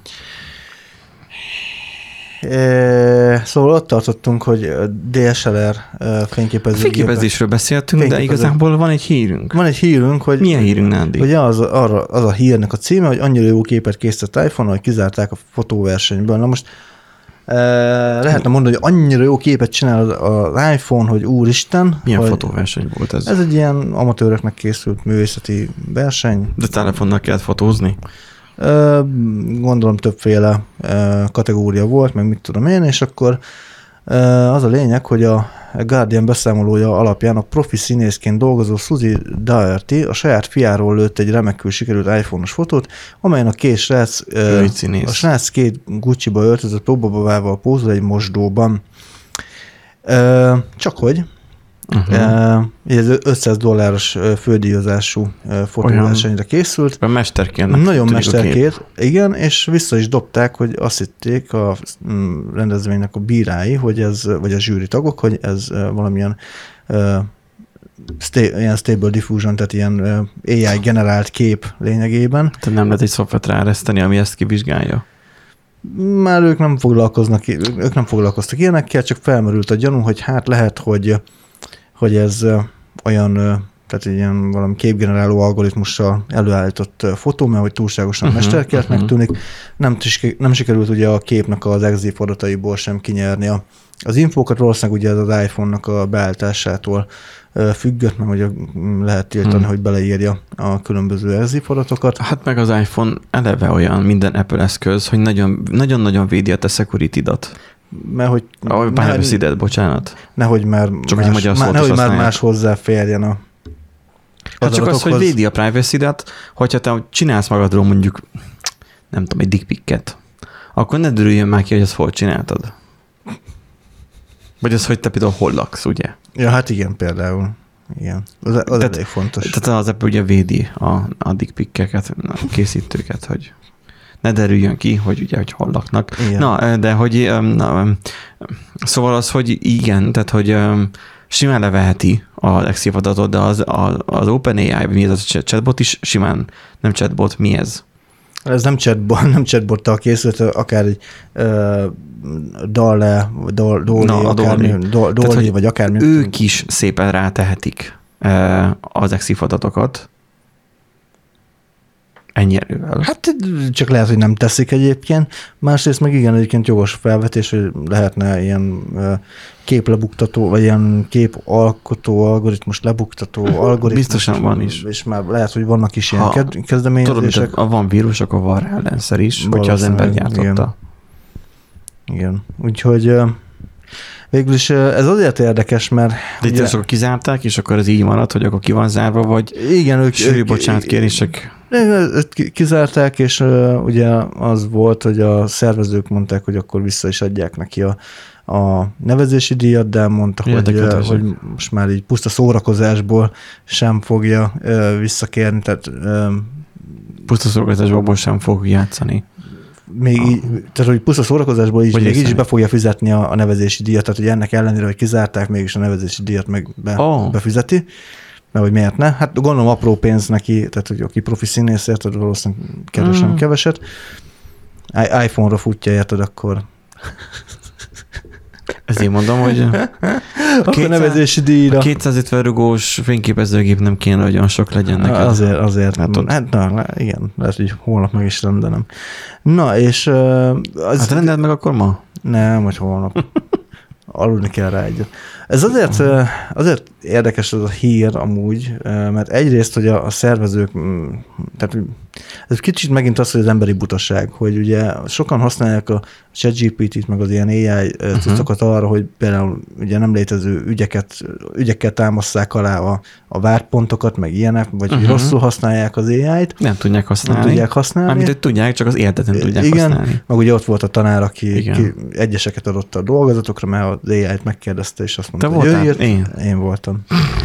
Szóval ott tartottunk, hogy DSLR fényképezőgépek. Fényképezésről beszéltünk, de igazából van egy hírünk. Van egy hírünk, hogy... Milyen hírünk, Nándi? Hogy az a hírnek a címe, hogy annyira jó képet készített iPhone-on, hogy kizárták a fotóversenyből. Na most lehetne mondani, hogy annyira jó képet csinál az iPhone, hogy úristen. Milyen fotóverseny volt ez? Ez egy ilyen amatőröknek készült művészeti verseny. De telefonnal kellett fotózni? Gondolom többféle kategória volt, meg mit tudom én, és akkor az a lényeg, hogy Guardian beszámolója alapján a profi színészként dolgozó Suzy Daugherty a saját fiáról lőtt egy remekül sikerült iPhone-os fotót, amelyen a két srác két Gucci-ba öltözött próbababával pózol egy mosdóban. Csak hogy ez $500 fődíjazású fotóversenyre készült. A mesterkérnek. Nagyon mesterkér, igen, és vissza is dobták, hogy azt hitték a rendezvénynek a bírái, hogy ez, vagy a zsűri tagok, hogy ez valamilyen ilyen Stable Diffusion, tehát ilyen AI generált kép lényegében. Tehát nem lehet egy szoftvert ráereszteni, ami ezt kivizsgálja? Már ők nem foglalkoztak ilyenekkel, csak felmerült a gyanú, hogy hát lehet, hogy ez olyan, tehát ilyen valami képgeneráló algoritmussal előállított fotó, mert hogy túlságosan mesterkértnek tűnik. Nem sikerült ugye a képnek az EXIF adataiból sem kinyerni az infókat, valószínűleg ugye az iPhone-nak a beállításától függött, meg ugye lehet tiltani, hogy beleírja a különböző EXIF adatokat. Hát meg az iPhone eleve olyan, minden Apple eszköz, hogy nagyon-nagyon védi a te security-dat. Mert hogy... Privacy-det, bocsánat. Nehogy már más hozzáférjen a hát csak az, hogy védi a privacy-det, hogyha te csinálsz magadról mondjuk, nem tudom, egy dick pic-et, akkor ne derüljön már ki, hogy ezt hol csináltad. Vagy az, hogy te például hol laksz, ugye? Ja, hát igen, például. Igen. Az elég fontos. Tehát az Apple ugye védi a dick pic-eket, a készítőket, hogy ne derüljön ki, hogy ugye, hogy hol laknak. Igen. Na, de hogy szóval az, hogy igen, tehát, hogy simán leveheti az EXIF adatot, de az OpenAI, mi ez a chatbot is simán, nem chatbot, mi ez? Ez nem chatbottal készült, akár egy Dolly, vagy akármi. Ők is szépen rátehetik az EXIF adatokat, ennyi erővel. Hát csak lehet, hogy nem teszik egyébként. Másrészt meg igen, egyébként jogos felvetés, hogy lehetne ilyen képlebuktató, vagy ilyen képalkotó algoritmus, lebuktató algoritmus. Biztosan van is. És már lehet, hogy vannak is ilyen kezdeményezések. Tudod, van vírus, akkor van rá ellenszer is, hogyha az ember gyártotta. Igen. Úgyhogy végül is ez azért érdekes, mert... De itt akkor kizárták, és akkor ez így maradt, hogy akkor ki van zárva, vagy igen, sűrű bocsánatkérések? Kizárták, és ugye az volt, hogy a szervezők mondták, hogy akkor vissza is adják neki a nevezési díjat, de mondta, hogy most már így puszta szórakozásból sem fogja visszakérni, tehát... Puszta szórakozásból sem fog játszani. Még így, tehát, hogy puszta szórakozásból így is be fogja fizetni a nevezési díjat, tehát, hogy ennek ellenére, hogy kizárták, mégis a nevezési díjat meg befizeti, mert hogy miért ne? Hát gondolom apró pénz neki, tehát, hogy aki profi színész, érted, valószínűleg keresem keveset. iPhone-ra futja, érted, akkor... Ezért mondom, hogy a nevezési díjra. A 250 rugós fényképezőgép nem kéne, hogy olyan sok legyen neked. Azért. Hát igen, lehet, hogy holnap meg is rendelem. Na, és... Hát rendeld meg akkor ma? Nem, hogy holnap. Aludni kell rá egyet. Ez azért érdekes ez a hír amúgy, mert egyrészt, hogy a szervezők, tehát ez kicsit megint az, hogy az emberi butaság, hogy ugye sokan használják a ChatGPT-t, meg az ilyen AI cuccokat arra, hogy például ugye nem létező ügyekkel támasszák alá a vádpontokat, meg ilyenek, vagy hogy rosszul használják az AI-t. Nem tudják használni. Mármint, hogy tudják, csak az életet nem tudják használni. Meg ugye ott volt a tanár, aki egyeseket adott a dolgozatokra, mert az AI-t megkérdezte, és azt mondta, hogy ő írt. Én voltam.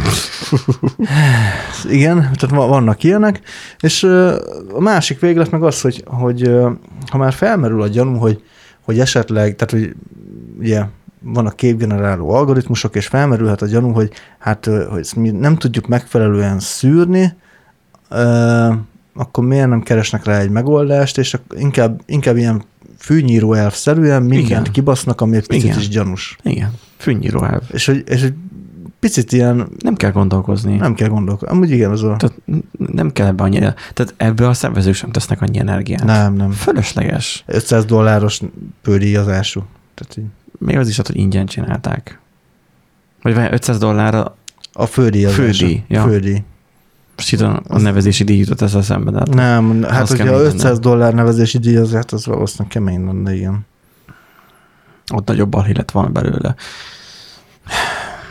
Igen, tehát vannak ilyenek, és a másik véglet meg az, hogy ha már felmerül a gyanú, hogy esetleg, tehát hogy ugye vannak képgeneráló algoritmusok, és felmerülhet a gyanú, hogy hát hogy mi nem tudjuk megfelelően szűrni, akkor miért nem keresnek rá egy megoldást, és inkább ilyen fűnyíró elvszerűen mindent kibasznak, ami egy picit is gyanús. Igen, fűnyíró elv. És hogy picit ilyen... Nem kell gondolkozni. Amúgy igen, az Tehát nem kell ebbe annyi... Tehát ebbe a szervezők sem tesznek annyi energiát. Nem. Fölösleges. $500 pődíjazású. Tehát így. Még az is, hogy ingyen csinálták. Vagy $500 a fődíjazású. Fődíj. Most itt a nevezési díj jutott ezzel szemben. De nem, hát hogyha $500 nevezési díjazát, az valószínűleg kemény lenne, igen. Ott nagyobb balhé lett volna belőle.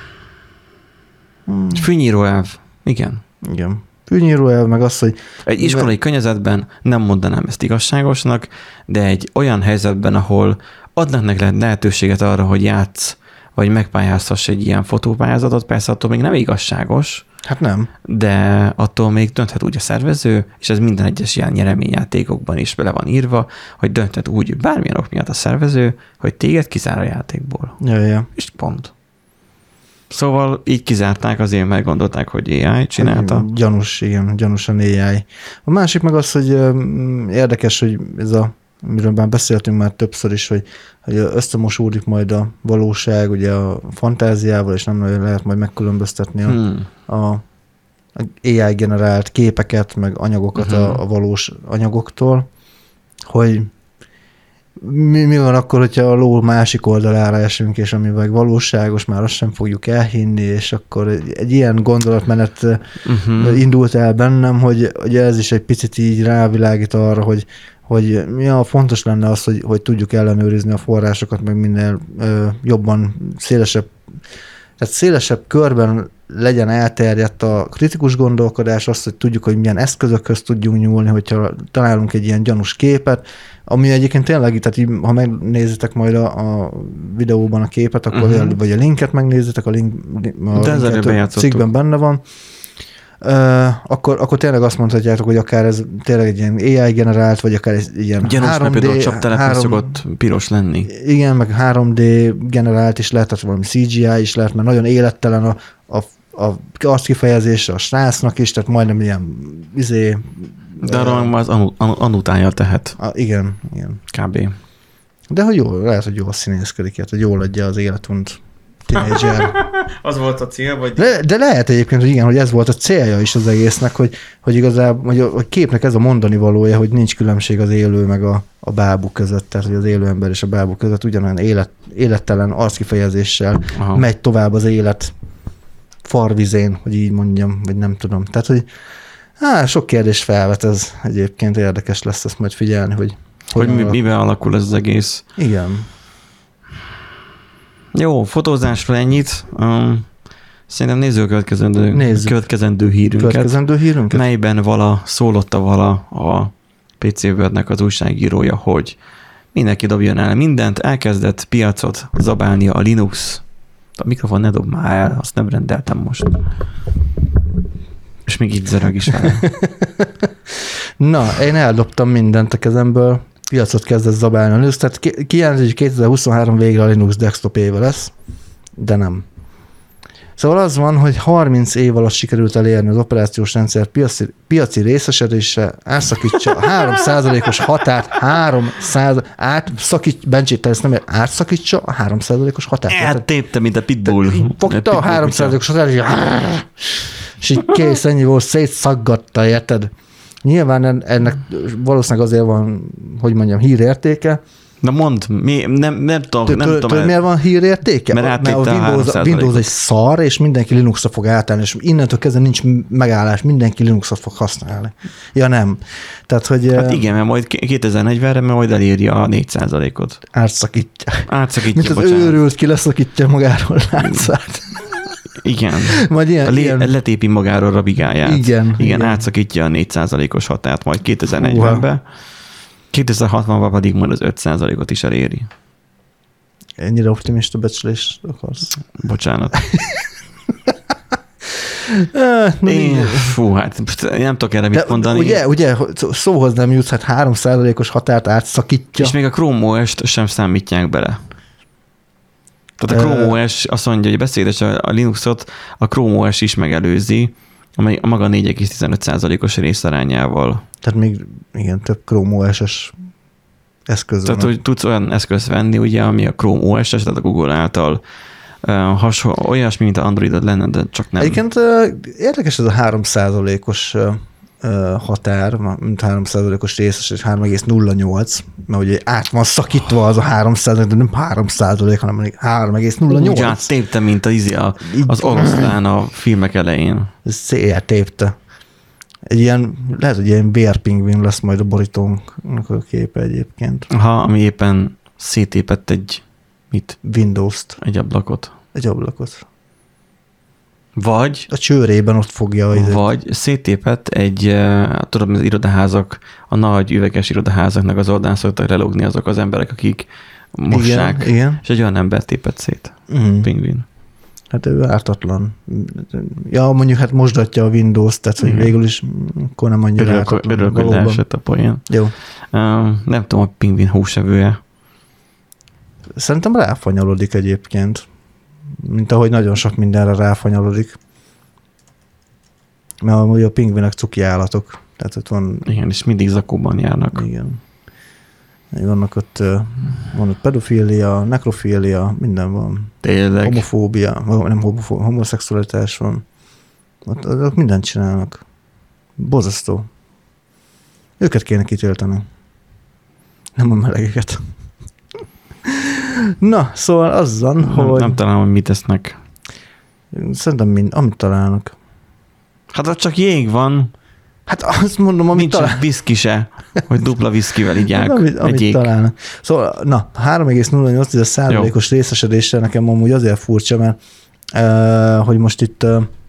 Fűnyíró elv. Igen. Igen. Fűnyíró elv, meg az, hogy... Egy iskolai környezetben nem mondanám ezt igazságosnak, de egy olyan helyzetben, ahol adnak neked lehetőséget arra, hogy játsz, vagy megpályázhass egy ilyen fotópályázatot, persze attól még nem igazságos, Hát nem. de attól még dönthet úgy a szervező, és ez minden egyes ilyen nyereményjátékokban is bele van írva, hogy dönthet úgy bármilyen ok miatt a szervező, hogy téged kizár a játékból. Ja. És pont. Szóval így kizárták, azért meggondolták, hogy AI csinálta. Gyanúsan AI. A másik meg az, hogy érdekes, hogy ez amiről már beszéltünk már többször is, hogy összemosódik majd a valóság ugye a fantáziával, és nem nagyon lehet majd megkülönböztetni a AI generált képeket, meg anyagokat a valós anyagoktól, hogy mi van akkor, hogyha a ló másik oldalára esünk, és ami meg valóságos, már azt sem fogjuk elhinni, és akkor egy ilyen gondolatmenet indult el bennem, hogy ez is egy picit így rávilágít arra, hogy fontos lenne az, hogy tudjuk ellenőrizni a forrásokat, meg minél jobban, szélesebb körben legyen elterjedt a kritikus gondolkodás, azt, hogy tudjuk, hogy milyen eszközökhöz tudjunk nyúlni, hogyha találunk egy ilyen gyanús képet, ami egyébként tényleg, tehát ha megnézitek majd a videóban a képet, akkor vagy a linket megnézitek, a linket a cikkben benne van, akkor tényleg azt mondhatjátok, hogy akár ez tényleg egy ilyen AI generált, vagy akár egy ilyen gyanús, 3D... Például a csaptelepnél szokott piros lenni. Igen, meg 3D generált is lehet, tehát valami CGI is lehet, mert nagyon élettelen a arckifejezése a srácnak is, tehát majdnem ilyen de arra az anutálja tehet. Igen. Kb. De hogy lehet, hogy jól színészkedik, hogy jól adja az életunt tínédzser. Az volt a cél, vagy? De lehet egyébként, hogy igen, hogy ez volt a célja is az egésznek, hogy igazából hogy a képnek ez a mondani valója, hogy nincs különbség az élő meg a bábú között, tehát hogy az élő ember és a bábú között ugyanolyan élettelen arckifejezéssel megy tovább az élet farvizén, hogy így mondjam, vagy nem tudom. Tehát, hogy sok kérdés felvet ez egyébként, érdekes lesz ezt majd figyelni, hogy mivel alakul ez az egész. Igen. Jó, fotózásról ennyit. Szerintem nézzük a következendő hírünket. Melyben szólott a PC World-nek az újságírója, hogy mindenki dobjon el mindent, elkezdett piacot zabálni a Linux. A mikrofon ne dob már el, azt nem rendeltem most. És még így zörög is vele. Na, én eldobtam mindent a kezemből, piacot kezdett zabálni a Linux, tehát kijelenti, hogy 2023 végre a Linux desktop éve lesz, de nem. Szóval az van, hogy 30 év alatt sikerült elérni az operációs rendszer piaci részesedése, átszakítsa a 3%-os határt, átszakítsa a 3%-os határt. Eltépte, mint a pitbull. Fogta a 3%-os határt, és így kész, ennyi volt, szétszaggatta, érted? Nyilván ennek valószínűleg azért van, hogy mondjam, hírértéke. Na mondd, nem tudom. Miért van hírértéke? Mert a Windows egy szar, és mindenki Linuxra fog átállni, és innentől kezdve nincs megállás, mindenki Linuxot fog használni. Ja nem. Tehát, hogy... Hát igen, mert majd 2040-re majd elírja a 4%-ot. Átszakítja. Mint az őrült ki leszakítja magáról látszát. Igen. Majd ilyen... Letépi magáról a bigáját. Igen, átszakítja a 4%-os határt majd 2040-ben. 2060-ban pedig majd az 5%-ot is eléri. Ennyire optimista becslést akarsz? Bocsánat. Nem tudok erre mit mondani. Ugye, szóhoz nem jutsz, hát 3%-os határt átszakítja. És még a Chrome OS-t sem számítják bele. Tehát a Chrome OS azt mondja, hogy beszédes a Linuxot, a Chrome OS is megelőzi, amely a maga 4,15%-os részarányával. Tehát még igen, több Chrome OS-es eszköz van. Tehát, hogy tudsz olyan eszközt venni, ugye, ami a Chrome OS-es, tehát a Google által olyasmi, mint a Androidod lenne, de csak nem. Egyébként érdekes ez a 3%-os határ, mint 3%-os részes, és 3,08, mert ugye át van szakítva az a 3%, de nem 3%, hanem 3,08. Úgy áttépte, mint az oroszlán a filmek elején. Széjjel tépte. Lehet, hogy ilyen vérpingvin lesz majd a borítónknak a képe egyébként. Aha, ami éppen szétépett egy Windows-t. Egy ablakot. Egy ablakot. Vagy A csőrében ott fogja. Vagy széttépett egy, tudom, az irodaházak, a nagy üveges irodaházaknak az oldalán szoktak relógni azok az emberek, akik mossák. Igen. És egy olyan embert tépett szét. Pingvin. Hát ő ártatlan. Ja, mondjuk hát mosdatja a Windows, tehát hogy végül is akkor nem annyira ártatlan. Örülök, hogy leesett a poén. Jó. Nem tudom, a pingvin húsevője. Szerintem ráfanyalodik egyébként. Mint ahogy nagyon sok mindenre ráfanyalodik. Mert amúgy a pingvinek cuki állatok. Tehát ott van... Igen, és mindig zakóban járnak. Igen. Van ott pedofília, nekrofília, minden van. Tényleg. Homofóbia, nem homoszexualitás van. Ott mindent csinálnak. Borzasztó. Őket kéne kitölteni. Nem a melegeket. Na, szóval azzal, hogy... Nem találom, hogy mit esznek. Szerintem amit találnak. Hát ott csak jég van. Hát azt mondom, amit Nincs találnak. viszki se, hogy dupla viszkivel igyák. Amit találnak. Szóval, na, 3,08%-os részesedésre nekem amúgy azért furcsa, mert hogy most itt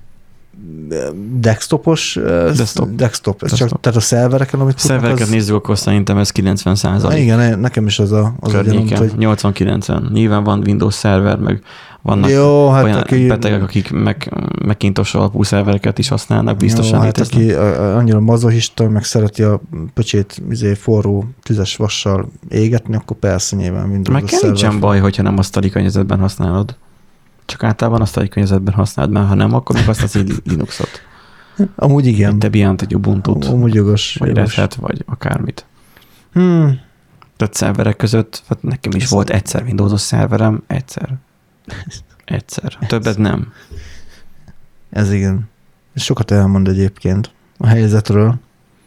desktop. Tehát a szervereken, amit tudnak, szervereket nézzük, akkor szerintem ez 90%. Igen, nekem is az a gyanom, hogy 80-90. Nyilván van Windows szerver, meg vannak olyan betegek, akik Macintosh alapú szervereket is használnak, biztosan. Hát aki annyira mazochista, meg szereti a pöcsét forró tüzes vassal égetni, akkor persze nyilván Windows meg nincsen baj, hogyha nem asztali környezetben használod. Csak általában asztali környezetben használod, mert ha nem, akkor meg használsz egy Linuxot. Amúgy igen. Egy Debian-t, egy Ubuntu-t. Amúgy jogos. Vagy Red Hat, vagy akármit. Tehát szerverek között, hát nekem is volt egyszer Windows-os szerverem, egyszer. Többet nem. Ez igen. Sokat elmond egyébként a helyzetről.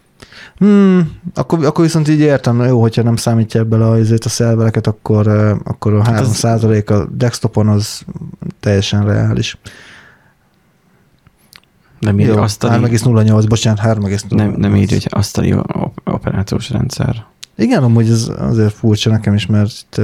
Akkor viszont így értem, jó, hogyha nem számítják bele a szervereket, akkor a 3% a desktopon az teljesen reális. Nem írja asztali... 3,08, bocsánat, 3,08. Nem írja, hogy asztali operációs rendszer. Igen, amúgy ez azért furcsa nekem is, mert itt...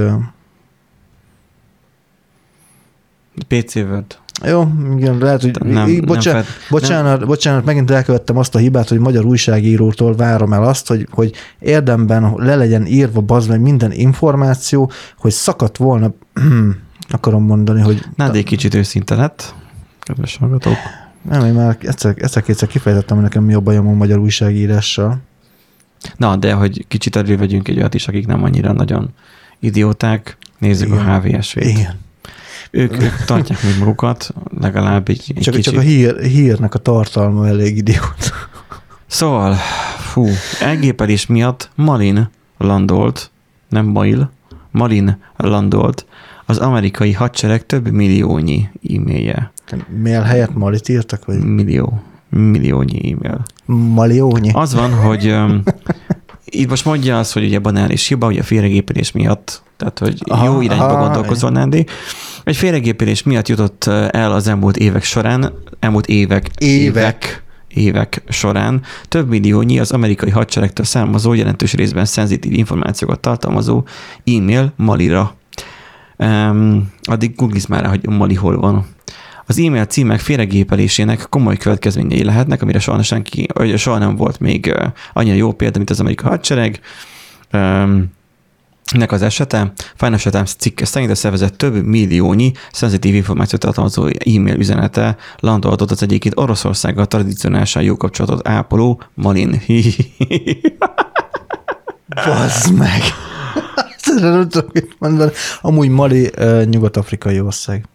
PC Word. Jó, igen, lehet, hogy bocsánat, megint elkövettem azt a hibát, hogy magyar újságírótól várom el azt, hogy érdemben le legyen írva bazd meg minden információ, hogy szakadt volna, akarom mondani, hogy... Nád egy kicsit őszinte lett, kedves hallgatók. Nem, én már egyszer-kétszer kifejtettem, hogy nekem mi a bajom a magyar újságírással. Na, de hogy kicsit elővegyünk egy olyat is, akik nem annyira nagyon idióták, nézzük igen. A HVSV-t. Igen. Ők tartják még magukat, legalább egy kicsit. Csak a hírnek a tartalma elég idiót. Szóval, elgépelés miatt Malin landolt az amerikai hadsereg több milliónyi e-mailje. Mail helyett Malit írtak? Vagy? Milliónyi e-mail. Milliónyi? Az van, hogy itt most mondja azt, hogy ugye banális hiba, ugye a félregépelés miatt, tehát hogy jó irányba gondolkozol, Nándi. Egy félregépelés miatt jutott el az elmúlt évek során több milliónyi az amerikai hadseregtől származó, jelentős részben szenzitív információkat tartalmazó e-mail Malira. Addig googlizd már rá, hogy Mali hol van. Az e-mail címek félregépelésének komoly következményei lehetnek, amire soha nem volt még annyira jó példa, mint az amerikai hadsereg. Nek az esete, Financial Times cikke szerint a szervezet több milliónyi szenzitív információt tartalmazó e-mail üzenete landolhatott az egyébként Oroszországgal tradicionálisan jó kapcsolatot ápoló Malin. Bazd meg! Nem tudom mit mondani. Amúgy Mali nyugat-afrikai ország.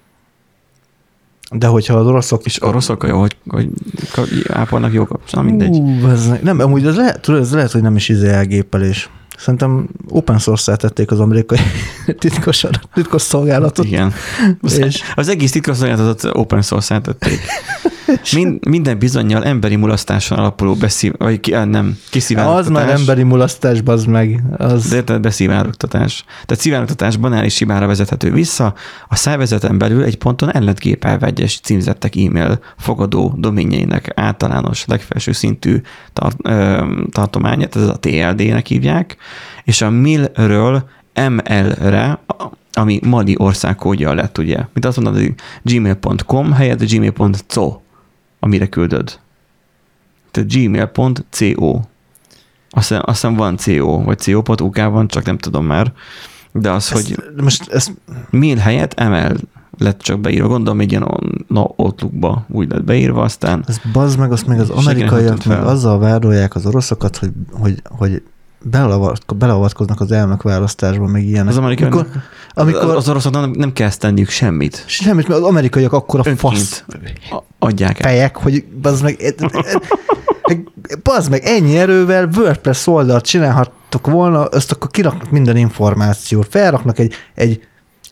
De hogyha az oroszok... És oroszok jó, hogy ápolnak jó kapcsolatot, mindegy. Nem, amúgy ez lehet, hogy nem is elgépelés. Szerintem open source-szá tették az amerikai titkos szolgálatot. Igen. És az egész titkos szolgálatot open source-szá tették. Minden bizonnyal emberi mulasztáson alapuló kiszivárogtatás. Az már emberi mulasztás, bazd meg. De beszivárogtatás. Tehát szivárogtatás banális hibára vezethető vissza. A szervezeten belül egy ponton el lett gépelve egyes címzettek e-mail fogadó doményeinek általános legfelső szintű tartományát, ez a TLD-nek hívják, és a MIL-ről ML-re ami Mali országkódja lett, ugye. Mint azt mondod, hogy gmail.com helyett gmail.co, amire küldöd. Tehát gmail.co. Azt hiszem van CO, vagy co.uk van, csak nem tudom már. De az, hogy mail helyett ML lett csak beírva. Gondolom, egy ilyen Outlookba úgy lett beírva, aztán... Ez bazd meg, azt még az amerikaiak meg azzal vádolják az oroszokat, hogy beleavatkoznak az elnökválasztásba, meg ilyenek. Az amerikaiak amikor az oroszoknak nem kell tenniük semmit. Semmit, mert az amerikaiak akkora fasz adják fejek, hogy bazd meg ennyi erővel WordPress oldalt csinálhattok volna, azt akkor kiraknak minden információt. Felraknak egy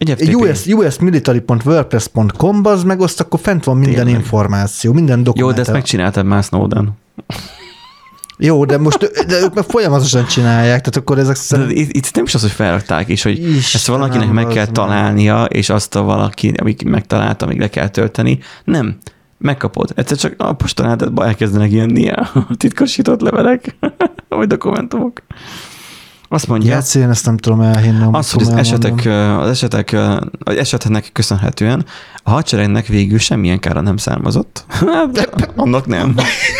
usmilitary.wordpress.com, bazd meg, azt akkor fent van minden információ, minden dokumentum. Jó, de ezt megcsináltad már Snowden. Jó, de ők meg folyamatosan csinálják, tehát akkor ezek szerint... Itt nem is az, hogy felrakták is, hogy ezt valakinek meg kell találnia, és azt a valaki, amíg megtalálta, amíg le kell tölteni. Nem. Megkapod. Egyszer csak a postaládátba elkezdenek jönni a titkosított levelek, vagy dokumentumok. Azt mondja... Játszi, én ezt nem tudom elhinni. Az, hogy az eseteknek köszönhetően a hadseregnek végül semmilyen kára nem származott. Annak nem.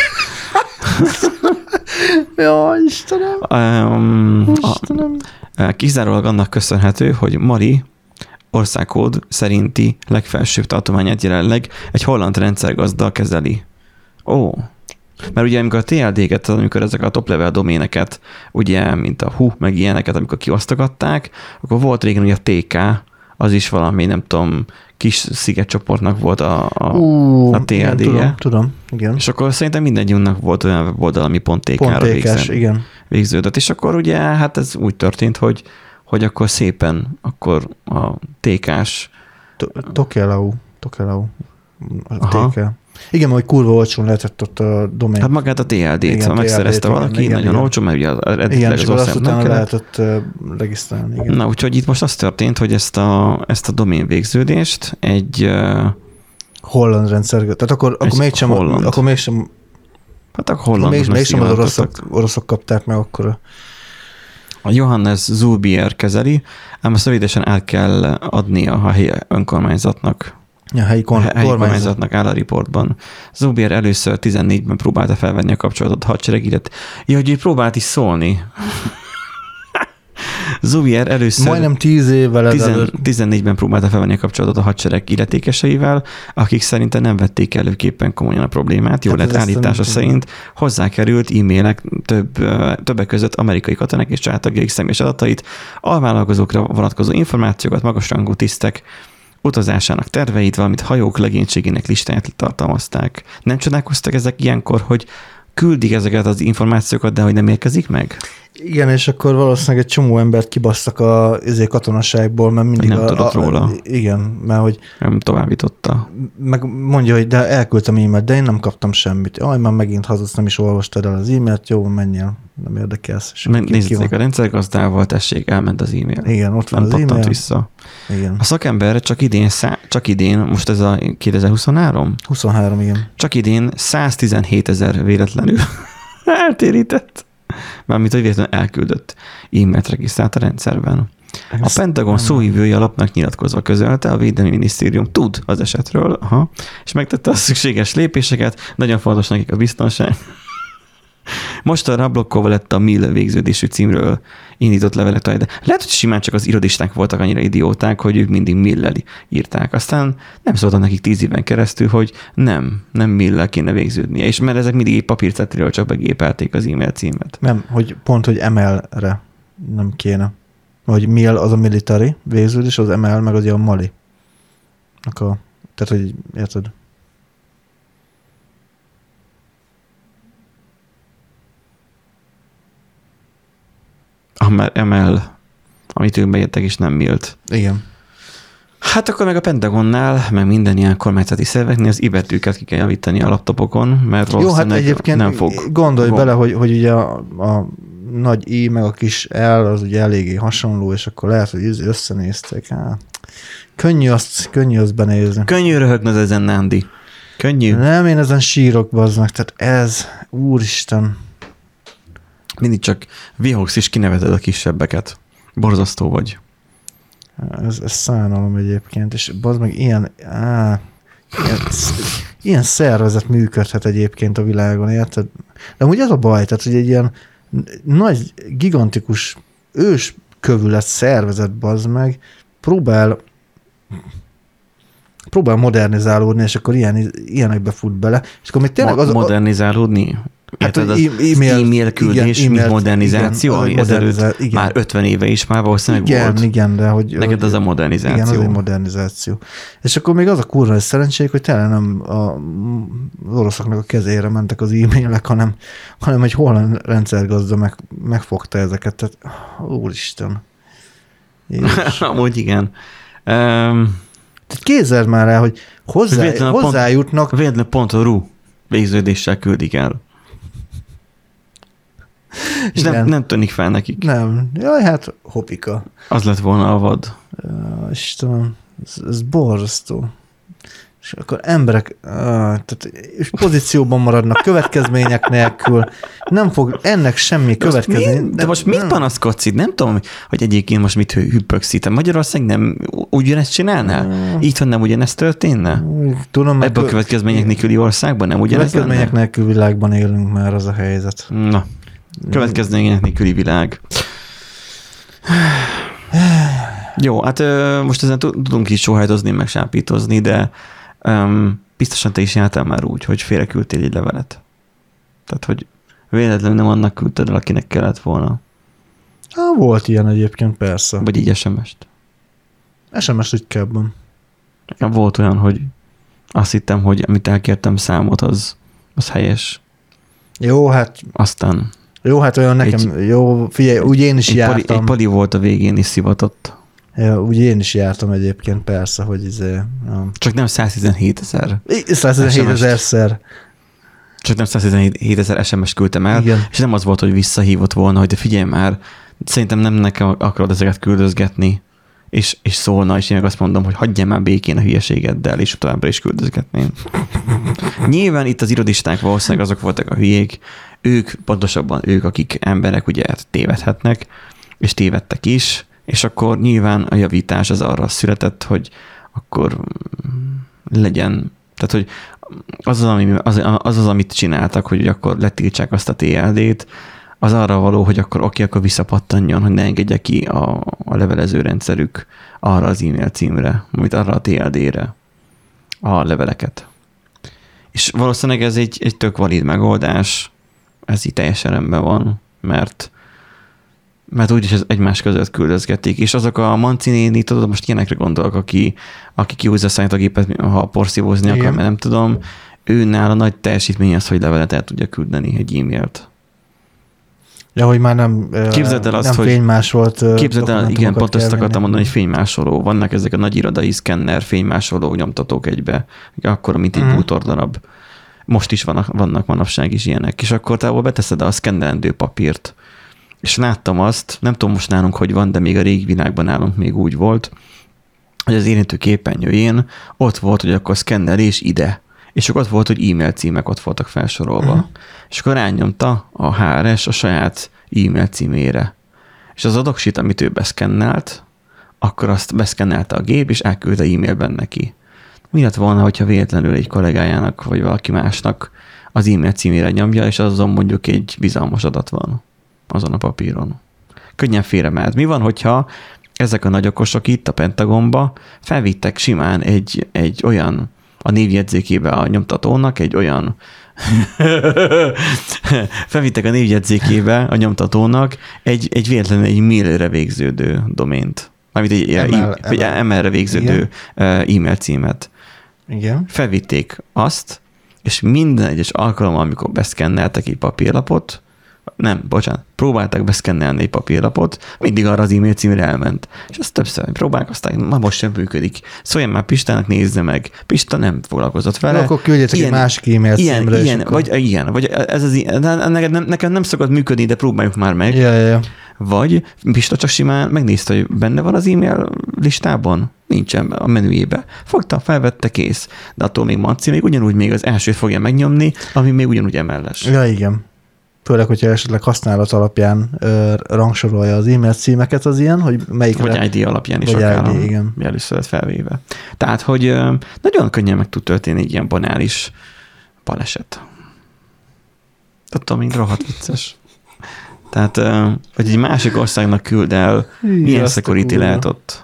Ja, Istenem. Kizárólag annak köszönhető, hogy Mali országkód szerinti legfelsőbb tartományát jelenleg egy holland rendszergazda kezeli. Ó. Mert ugye amikor a TLD-ket, amikor ezek a top-level doméneket, ugye, mint a HU, meg ilyeneket, amikor kiosztogatták, akkor volt régen ugye a TK, az is valami, nem tudom, kis szigetcsoportnak volt a TLD-je. Tudom, igen. És akkor szerintem mindegyünknek volt olyan weboldal, ami .tk-ra végződött. És akkor ugye, hát ez úgy történt, hogy akkor szépen akkor a TK-s... Tokelau. TK. Igen, hogy kurva olcsón lehetett ott a domain. Hát magát a TLD-t, ha megszerezte valaki, nagyon olcsó, mert ugye igen, és akkor azt utána lehetett regisztrálni. Igen. Na, úgyhogy itt most az történt, hogy ezt a domain végződést egy... holland rendszer. Tehát akkor mégsem... Hát akkor holland. Mégsem az oroszok kapták meg akkor. A Johannes Zubier kezeli, ám azt rövidesen el kell adnia a helyi önkormányzatnak. A helyi kormányzatnak áll a riportban. Zubier először 14-ben próbálta felvenni a kapcsolatot a hadsereg, illetve hogy ő próbált is szólni. Zubier először majdnem 10 évvel ezelőtt 14-ben próbálta felvenni a kapcsolatot a hadsereg illetékeseivel, akik szerintem nem vették előképpen komolyan a problémát. Jól lett állítása szerint hozzákerült e-mailek többek között amerikai katonák és családtagjaik személyes adatait, alvállalkozókra vonatkozó információkat, magasrangú tisztek utazásának terveit, valamint hajók legénységének listáját tartalmazták. Nem csodálkoztak ezek ilyenkor, hogy küldik ezeket az információkat, de hogy nem érkezik meg? Igen, és akkor valószínűleg egy csomó embert kibasztak a katonasságból, mert mindig nem tudott róla. Igen, mert hogy... Nem továbbította. Meg mondja, hogy de elküldtem e-mailt, de én nem kaptam semmit. Már megint hazudsz, nem is olvastad el az e-mailt, jó, menjél, nem érdekelsz. Nézzék, a rendszergazdával, tessék, elment az e-mail. Igen, ott van nem az e-mail. Vissza. Igen. A szakember csak idén, most ez a 2023? 23, igen. Csak idén 117 000 véletlenül eltérített. Mármint, hogy véletlenül elküldött e-mailt regisztrált a rendszerben. A Pentagon szóhívője a lapnak nyilatkozva közölte, a Védelmi Minisztérium tud az esetről, és megtette a szükséges lépéseket, nagyon fontos nekik a biztonság. Most a rablokkolva lett a Mill végződésű címről indított levelek, de lehet, hogy simán csak az irodisták voltak annyira idióták, hogy ők mindig Mill-lel írták. Aztán nem szóltak nekik 10 éven keresztül, hogy nem Mill-lel kéne végződnie, és mert ezek mindig papírcetről csak begépelték az e-mail címet. Nem, hogy pont, hogy ML-re nem kéne. Hogy Mill az a military végződés, az ML meg az a Mali. Tehát, hogy érted? ML, amit ők beírtak, és nem Millt. Igen. Hát akkor meg a Pentagonnál, meg minden ilyen kormányzati szerveknél az i-betűket ki kell javítani a laptopokon, mert jó, hát egyébként nem fog. Gondolj bele, hogy ugye a nagy i meg a kis L az ugye eléggé hasonló, és akkor lehet, hogy összenéztek. Könnyű azt benézni. Könnyű röhögnöd ezen, Nándi. Könnyű. Nem, én ezen sírok, bazdnak. Tehát ez, úristen. Mindig csak vihogsz és kineveted a kisebbeket. Borzasztó vagy. Ez szánalom egyébként, és bazd meg ilyen szervezet működhet egyébként a világon, érted? De amúgy ez a baj, tehát, hogy egy ilyen nagy, gigantikus őskövület szervezet, bazd meg, próbál modernizálódni, és akkor ilyenekbe fut bele, és akkor még tényleg modernizálódni? Hát, az e-mail küldés, mint modernizáció, már 50 éve is már valószínűleg volt. Igen, de hogy... Neked az a modernizáció. Igen, az a modernizáció. És akkor még az a kurva szerencséjük, hogy tényleg nem az oroszoknak a kezére mentek az e-mailek, hanem egy holland rendszergazda megfogta ezeket. Tehát, úristen. Amúgy igen. Tehát képzeld már el, hogy hozzájutnak... Véletlenül.ru végződéssel küldik el. És nem tűnik fel nekik. Nem. Jaj, hát hopika. Az lett volna a vad. Istenem, ez borzasztó. És akkor emberek és pozícióban maradnak következmények nélkül. Nem fog ennek semmi következmény. De most mit panaszkodsz itt? Nem tudom, hogy egyébként most mit hüppögsz itt. Magyarország nem ugyanezt csinálnál? Itthon nem ugyanezt történne? Tudom, ebben a következmények nélküli országban nem ugyanezt lenne? Következmények nélkül világban élünk már, az a helyzet. Na, következmények nélküli világ. Jó, hát most ezen tudunk is sóhajtozni, meg sápítozni, de biztosan te is jártál már úgy, hogy félreküldtél egy levelet. Tehát, hogy véletlenül nem annak küldted el, akinek kellett volna. Volt ilyen egyébként, persze. Vagy így SMS-t. SMS ritkábban. Nekem volt olyan, hogy azt hittem, hogy amit elkértem számot, az helyes. Jó, hát... Aztán... Jó, hát olyan nekem... Jó, figyelj, úgy én is jártam. Egy pali volt a végén is szivatott. Ja, úgy én is jártam egyébként, persze, hogy Csak nem 117 000. 117 000-szer. Csak nem 117 000 SMS küldtem el, igen. És nem az volt, hogy visszahívott volna, hogy de figyelj már, szerintem nem nekem akarod ezeket küldözgetni, és szólna, és én meg azt mondom, hogy hagyjál már békén a hülyeségeddel, és továbbra is küldözgetném. Nyilván itt az irodisták valószínűleg azok voltak a hülyék, pontosabban ők, akik emberek ugye tévedhetnek, és tévedtek is, és akkor nyilván a javítás az arra született, hogy akkor legyen, tehát hogy az, amit csináltak, hogy akkor letiltsák azt a TLD-t, az arra való, hogy akkor akkor visszapattanjon, hogy ne engedje ki a levelező rendszerük arra az e-mail címre, amit arra a TLD-re a leveleket. És valószínűleg ez egy tök valid megoldás, ez így teljesen rendben van, mert úgyis ez egymás között küldözgetik, és azok a Manci néni, tudod, most ilyenekre gondolok, aki kihúzza a számítógépet, ha porszívózni akar, mert nem tudom, őnál a nagy teljesítmény az, hogy levelet el tudja küldeni, egy e-mailt. Ja, hogy már nem fénymásolt. Képzeld el, igen, pont azt akartam mondani, hogy fénymásoló. Vannak ezek a nagy irodai szkenner, fénymásoló nyomtatók egybe, akkor, mint egy bútordarab. Most is vannak manapság is ilyenek, és akkor te beteszed a szkennelendő papírt. És láttam azt, nem tudom most nálunk, hogy van, de még a régi világban nálunk még úgy volt, hogy az érintő képernyőjén ott volt, hogy akkor szkennelés ide. És akkor ott volt, hogy e-mail címek ott voltak felsorolva. És akkor rányomta a HRS a saját e-mail címére. És az adoksit, amit ő beszkennelt, akkor azt beszkennelte a gép, és elküldte e-mailben neki. Mi lett volna, hogyha véletlenül egy kollégájának, vagy valaki másnak az e-mail címére nyomja, és azon mondjuk egy bizalmas adat van azon a papíron. Könnyen félre mehet. Mi van, hogyha ezek a nagyokosok itt a Pentagonba felvittek simán egy olyan a névjegyzékébe a nyomtatónak egy olyan felvittek a névjegyzékébe a nyomtatónak egy véletlenül egy mailre végződő domént. Mármint egy ML-re végződő e-mail címet. Igen. Felvitték azt, és minden egyes alkalommal, amikor beszkenneltek egy papírlapot, próbálták beszkennelni egy papírlapot, mindig arra az e-mail címre elment. És azt többször próbálkozták, most sem működik. Szóljam már Pistának, nézze meg. Pista nem foglalkozott vele. Akkor küldjetek egy másik e-mail címre. Vagy ez az nekem nem szokott működni, de próbáljuk már meg. Ja. Vagy Pista csak simán megnézte, hogy benne van az e-mail listában? Nincsen a menüjébe. Fogta, felvette, kész. De attól még Manci még ugyanúgy még az elsőt fogja megnyomni, ami még ugyanúgy emelles. Ja, igen. főleg, hogyha esetleg használat alapján rangsorolja az e-mail címeket az ilyen, hogy melyikre... Vagy ID alapján is vagy akár ID, igen. jelűszövet felvéve. Tehát, hogy nagyon könnyen meg tud történni egy ilyen banális baleset. Tudom, mint rohadt vicces. Tehát, hogy egy másik országnak küld el, milyen security lehet ott.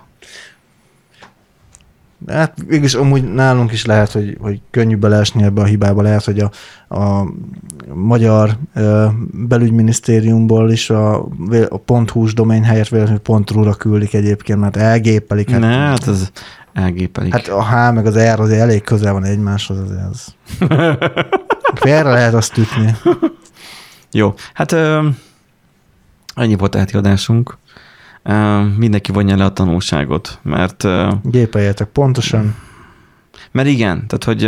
Hát mégis amúgy nálunk is lehet, hogy könnyű beleesni ebbe a hibába. Lehet, hogy a magyar belügyminisztériumból is a .hu-s domain helyett véletlenül .ru-ra küldik egyébként, mert elgépelik. Hát ez elgépelik. Hát a H meg az R azért elég közel van egymáshoz, azért az. Félre lehet azt ütni. Jó, hát ennyi volt a heti adásunk. Mindenki vonja le a tanulságot, mert... Gépeljetek pontosan. Mert igen, tehát hogy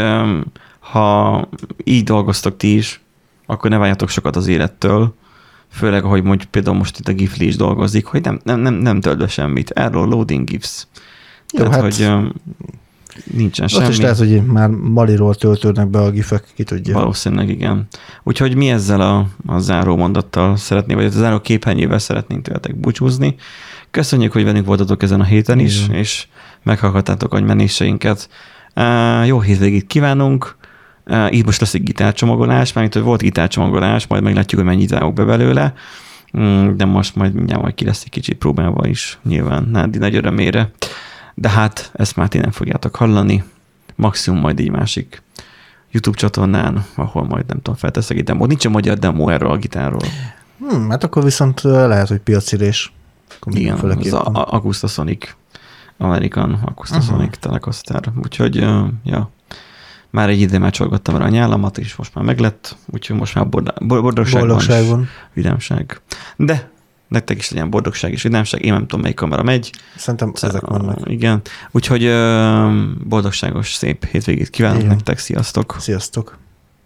ha így dolgoztok ti is, akkor ne várjatok sokat az élettől, főleg, ahogy mondjuk például most itt a Gifli is dolgozik, hogy nem tölt be semmit. Error loading gifs. Jó, tehát, hát hogy nincsen semmi. Ott is lehet, hogy már Maliról töltődnek be a gifek, ki tudja. Valószínűleg igen. Úgyhogy mi ezzel a záró mondattal szeretnénk, vagy a záró képhenyével szeretnénk tőletek búcsúzni. Köszönjük, hogy velünk voltatok ezen a héten is, igen. És meghallgattátok a menéseinket. Jó hétvégét kívánunk. Így most lesz egy gitárcsomagolás, mert hogy volt gitárcsomagolás, majd meglátjuk, hogy mennyit vágok be belőle. De most mindjárt ki lesz egy kicsit próbálva is, nyilván Nádi nagy örömére. De hát ezt már ti nem fogjátok hallani. Maximum majd egy másik YouTube csatornán, ahol majd nem tudom, felteszek egy demót. Nincs a magyar demo erről a gitárról. Hát akkor viszont lehet, hogy piacirés. Igen, az Augusta Sonic, American Augusta Sonic Telecaster. Úgyhogy, ja, már egy ide csorgattam rá a nyálamat, és most már meglett, úgyhogy most már boldogság van. Vidámság. De nektek is legyen boldogság és vidámság. Én nem tudom, melyik kamera megy. Szerintem ezek vannak. Igen. Úgyhogy boldogságos, szép hétvégét kívánok nektek. Sziasztok! Sziasztok!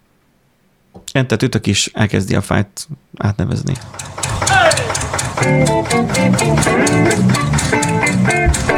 Enter ütök is elkezdi a fájt átnevezni. Hey!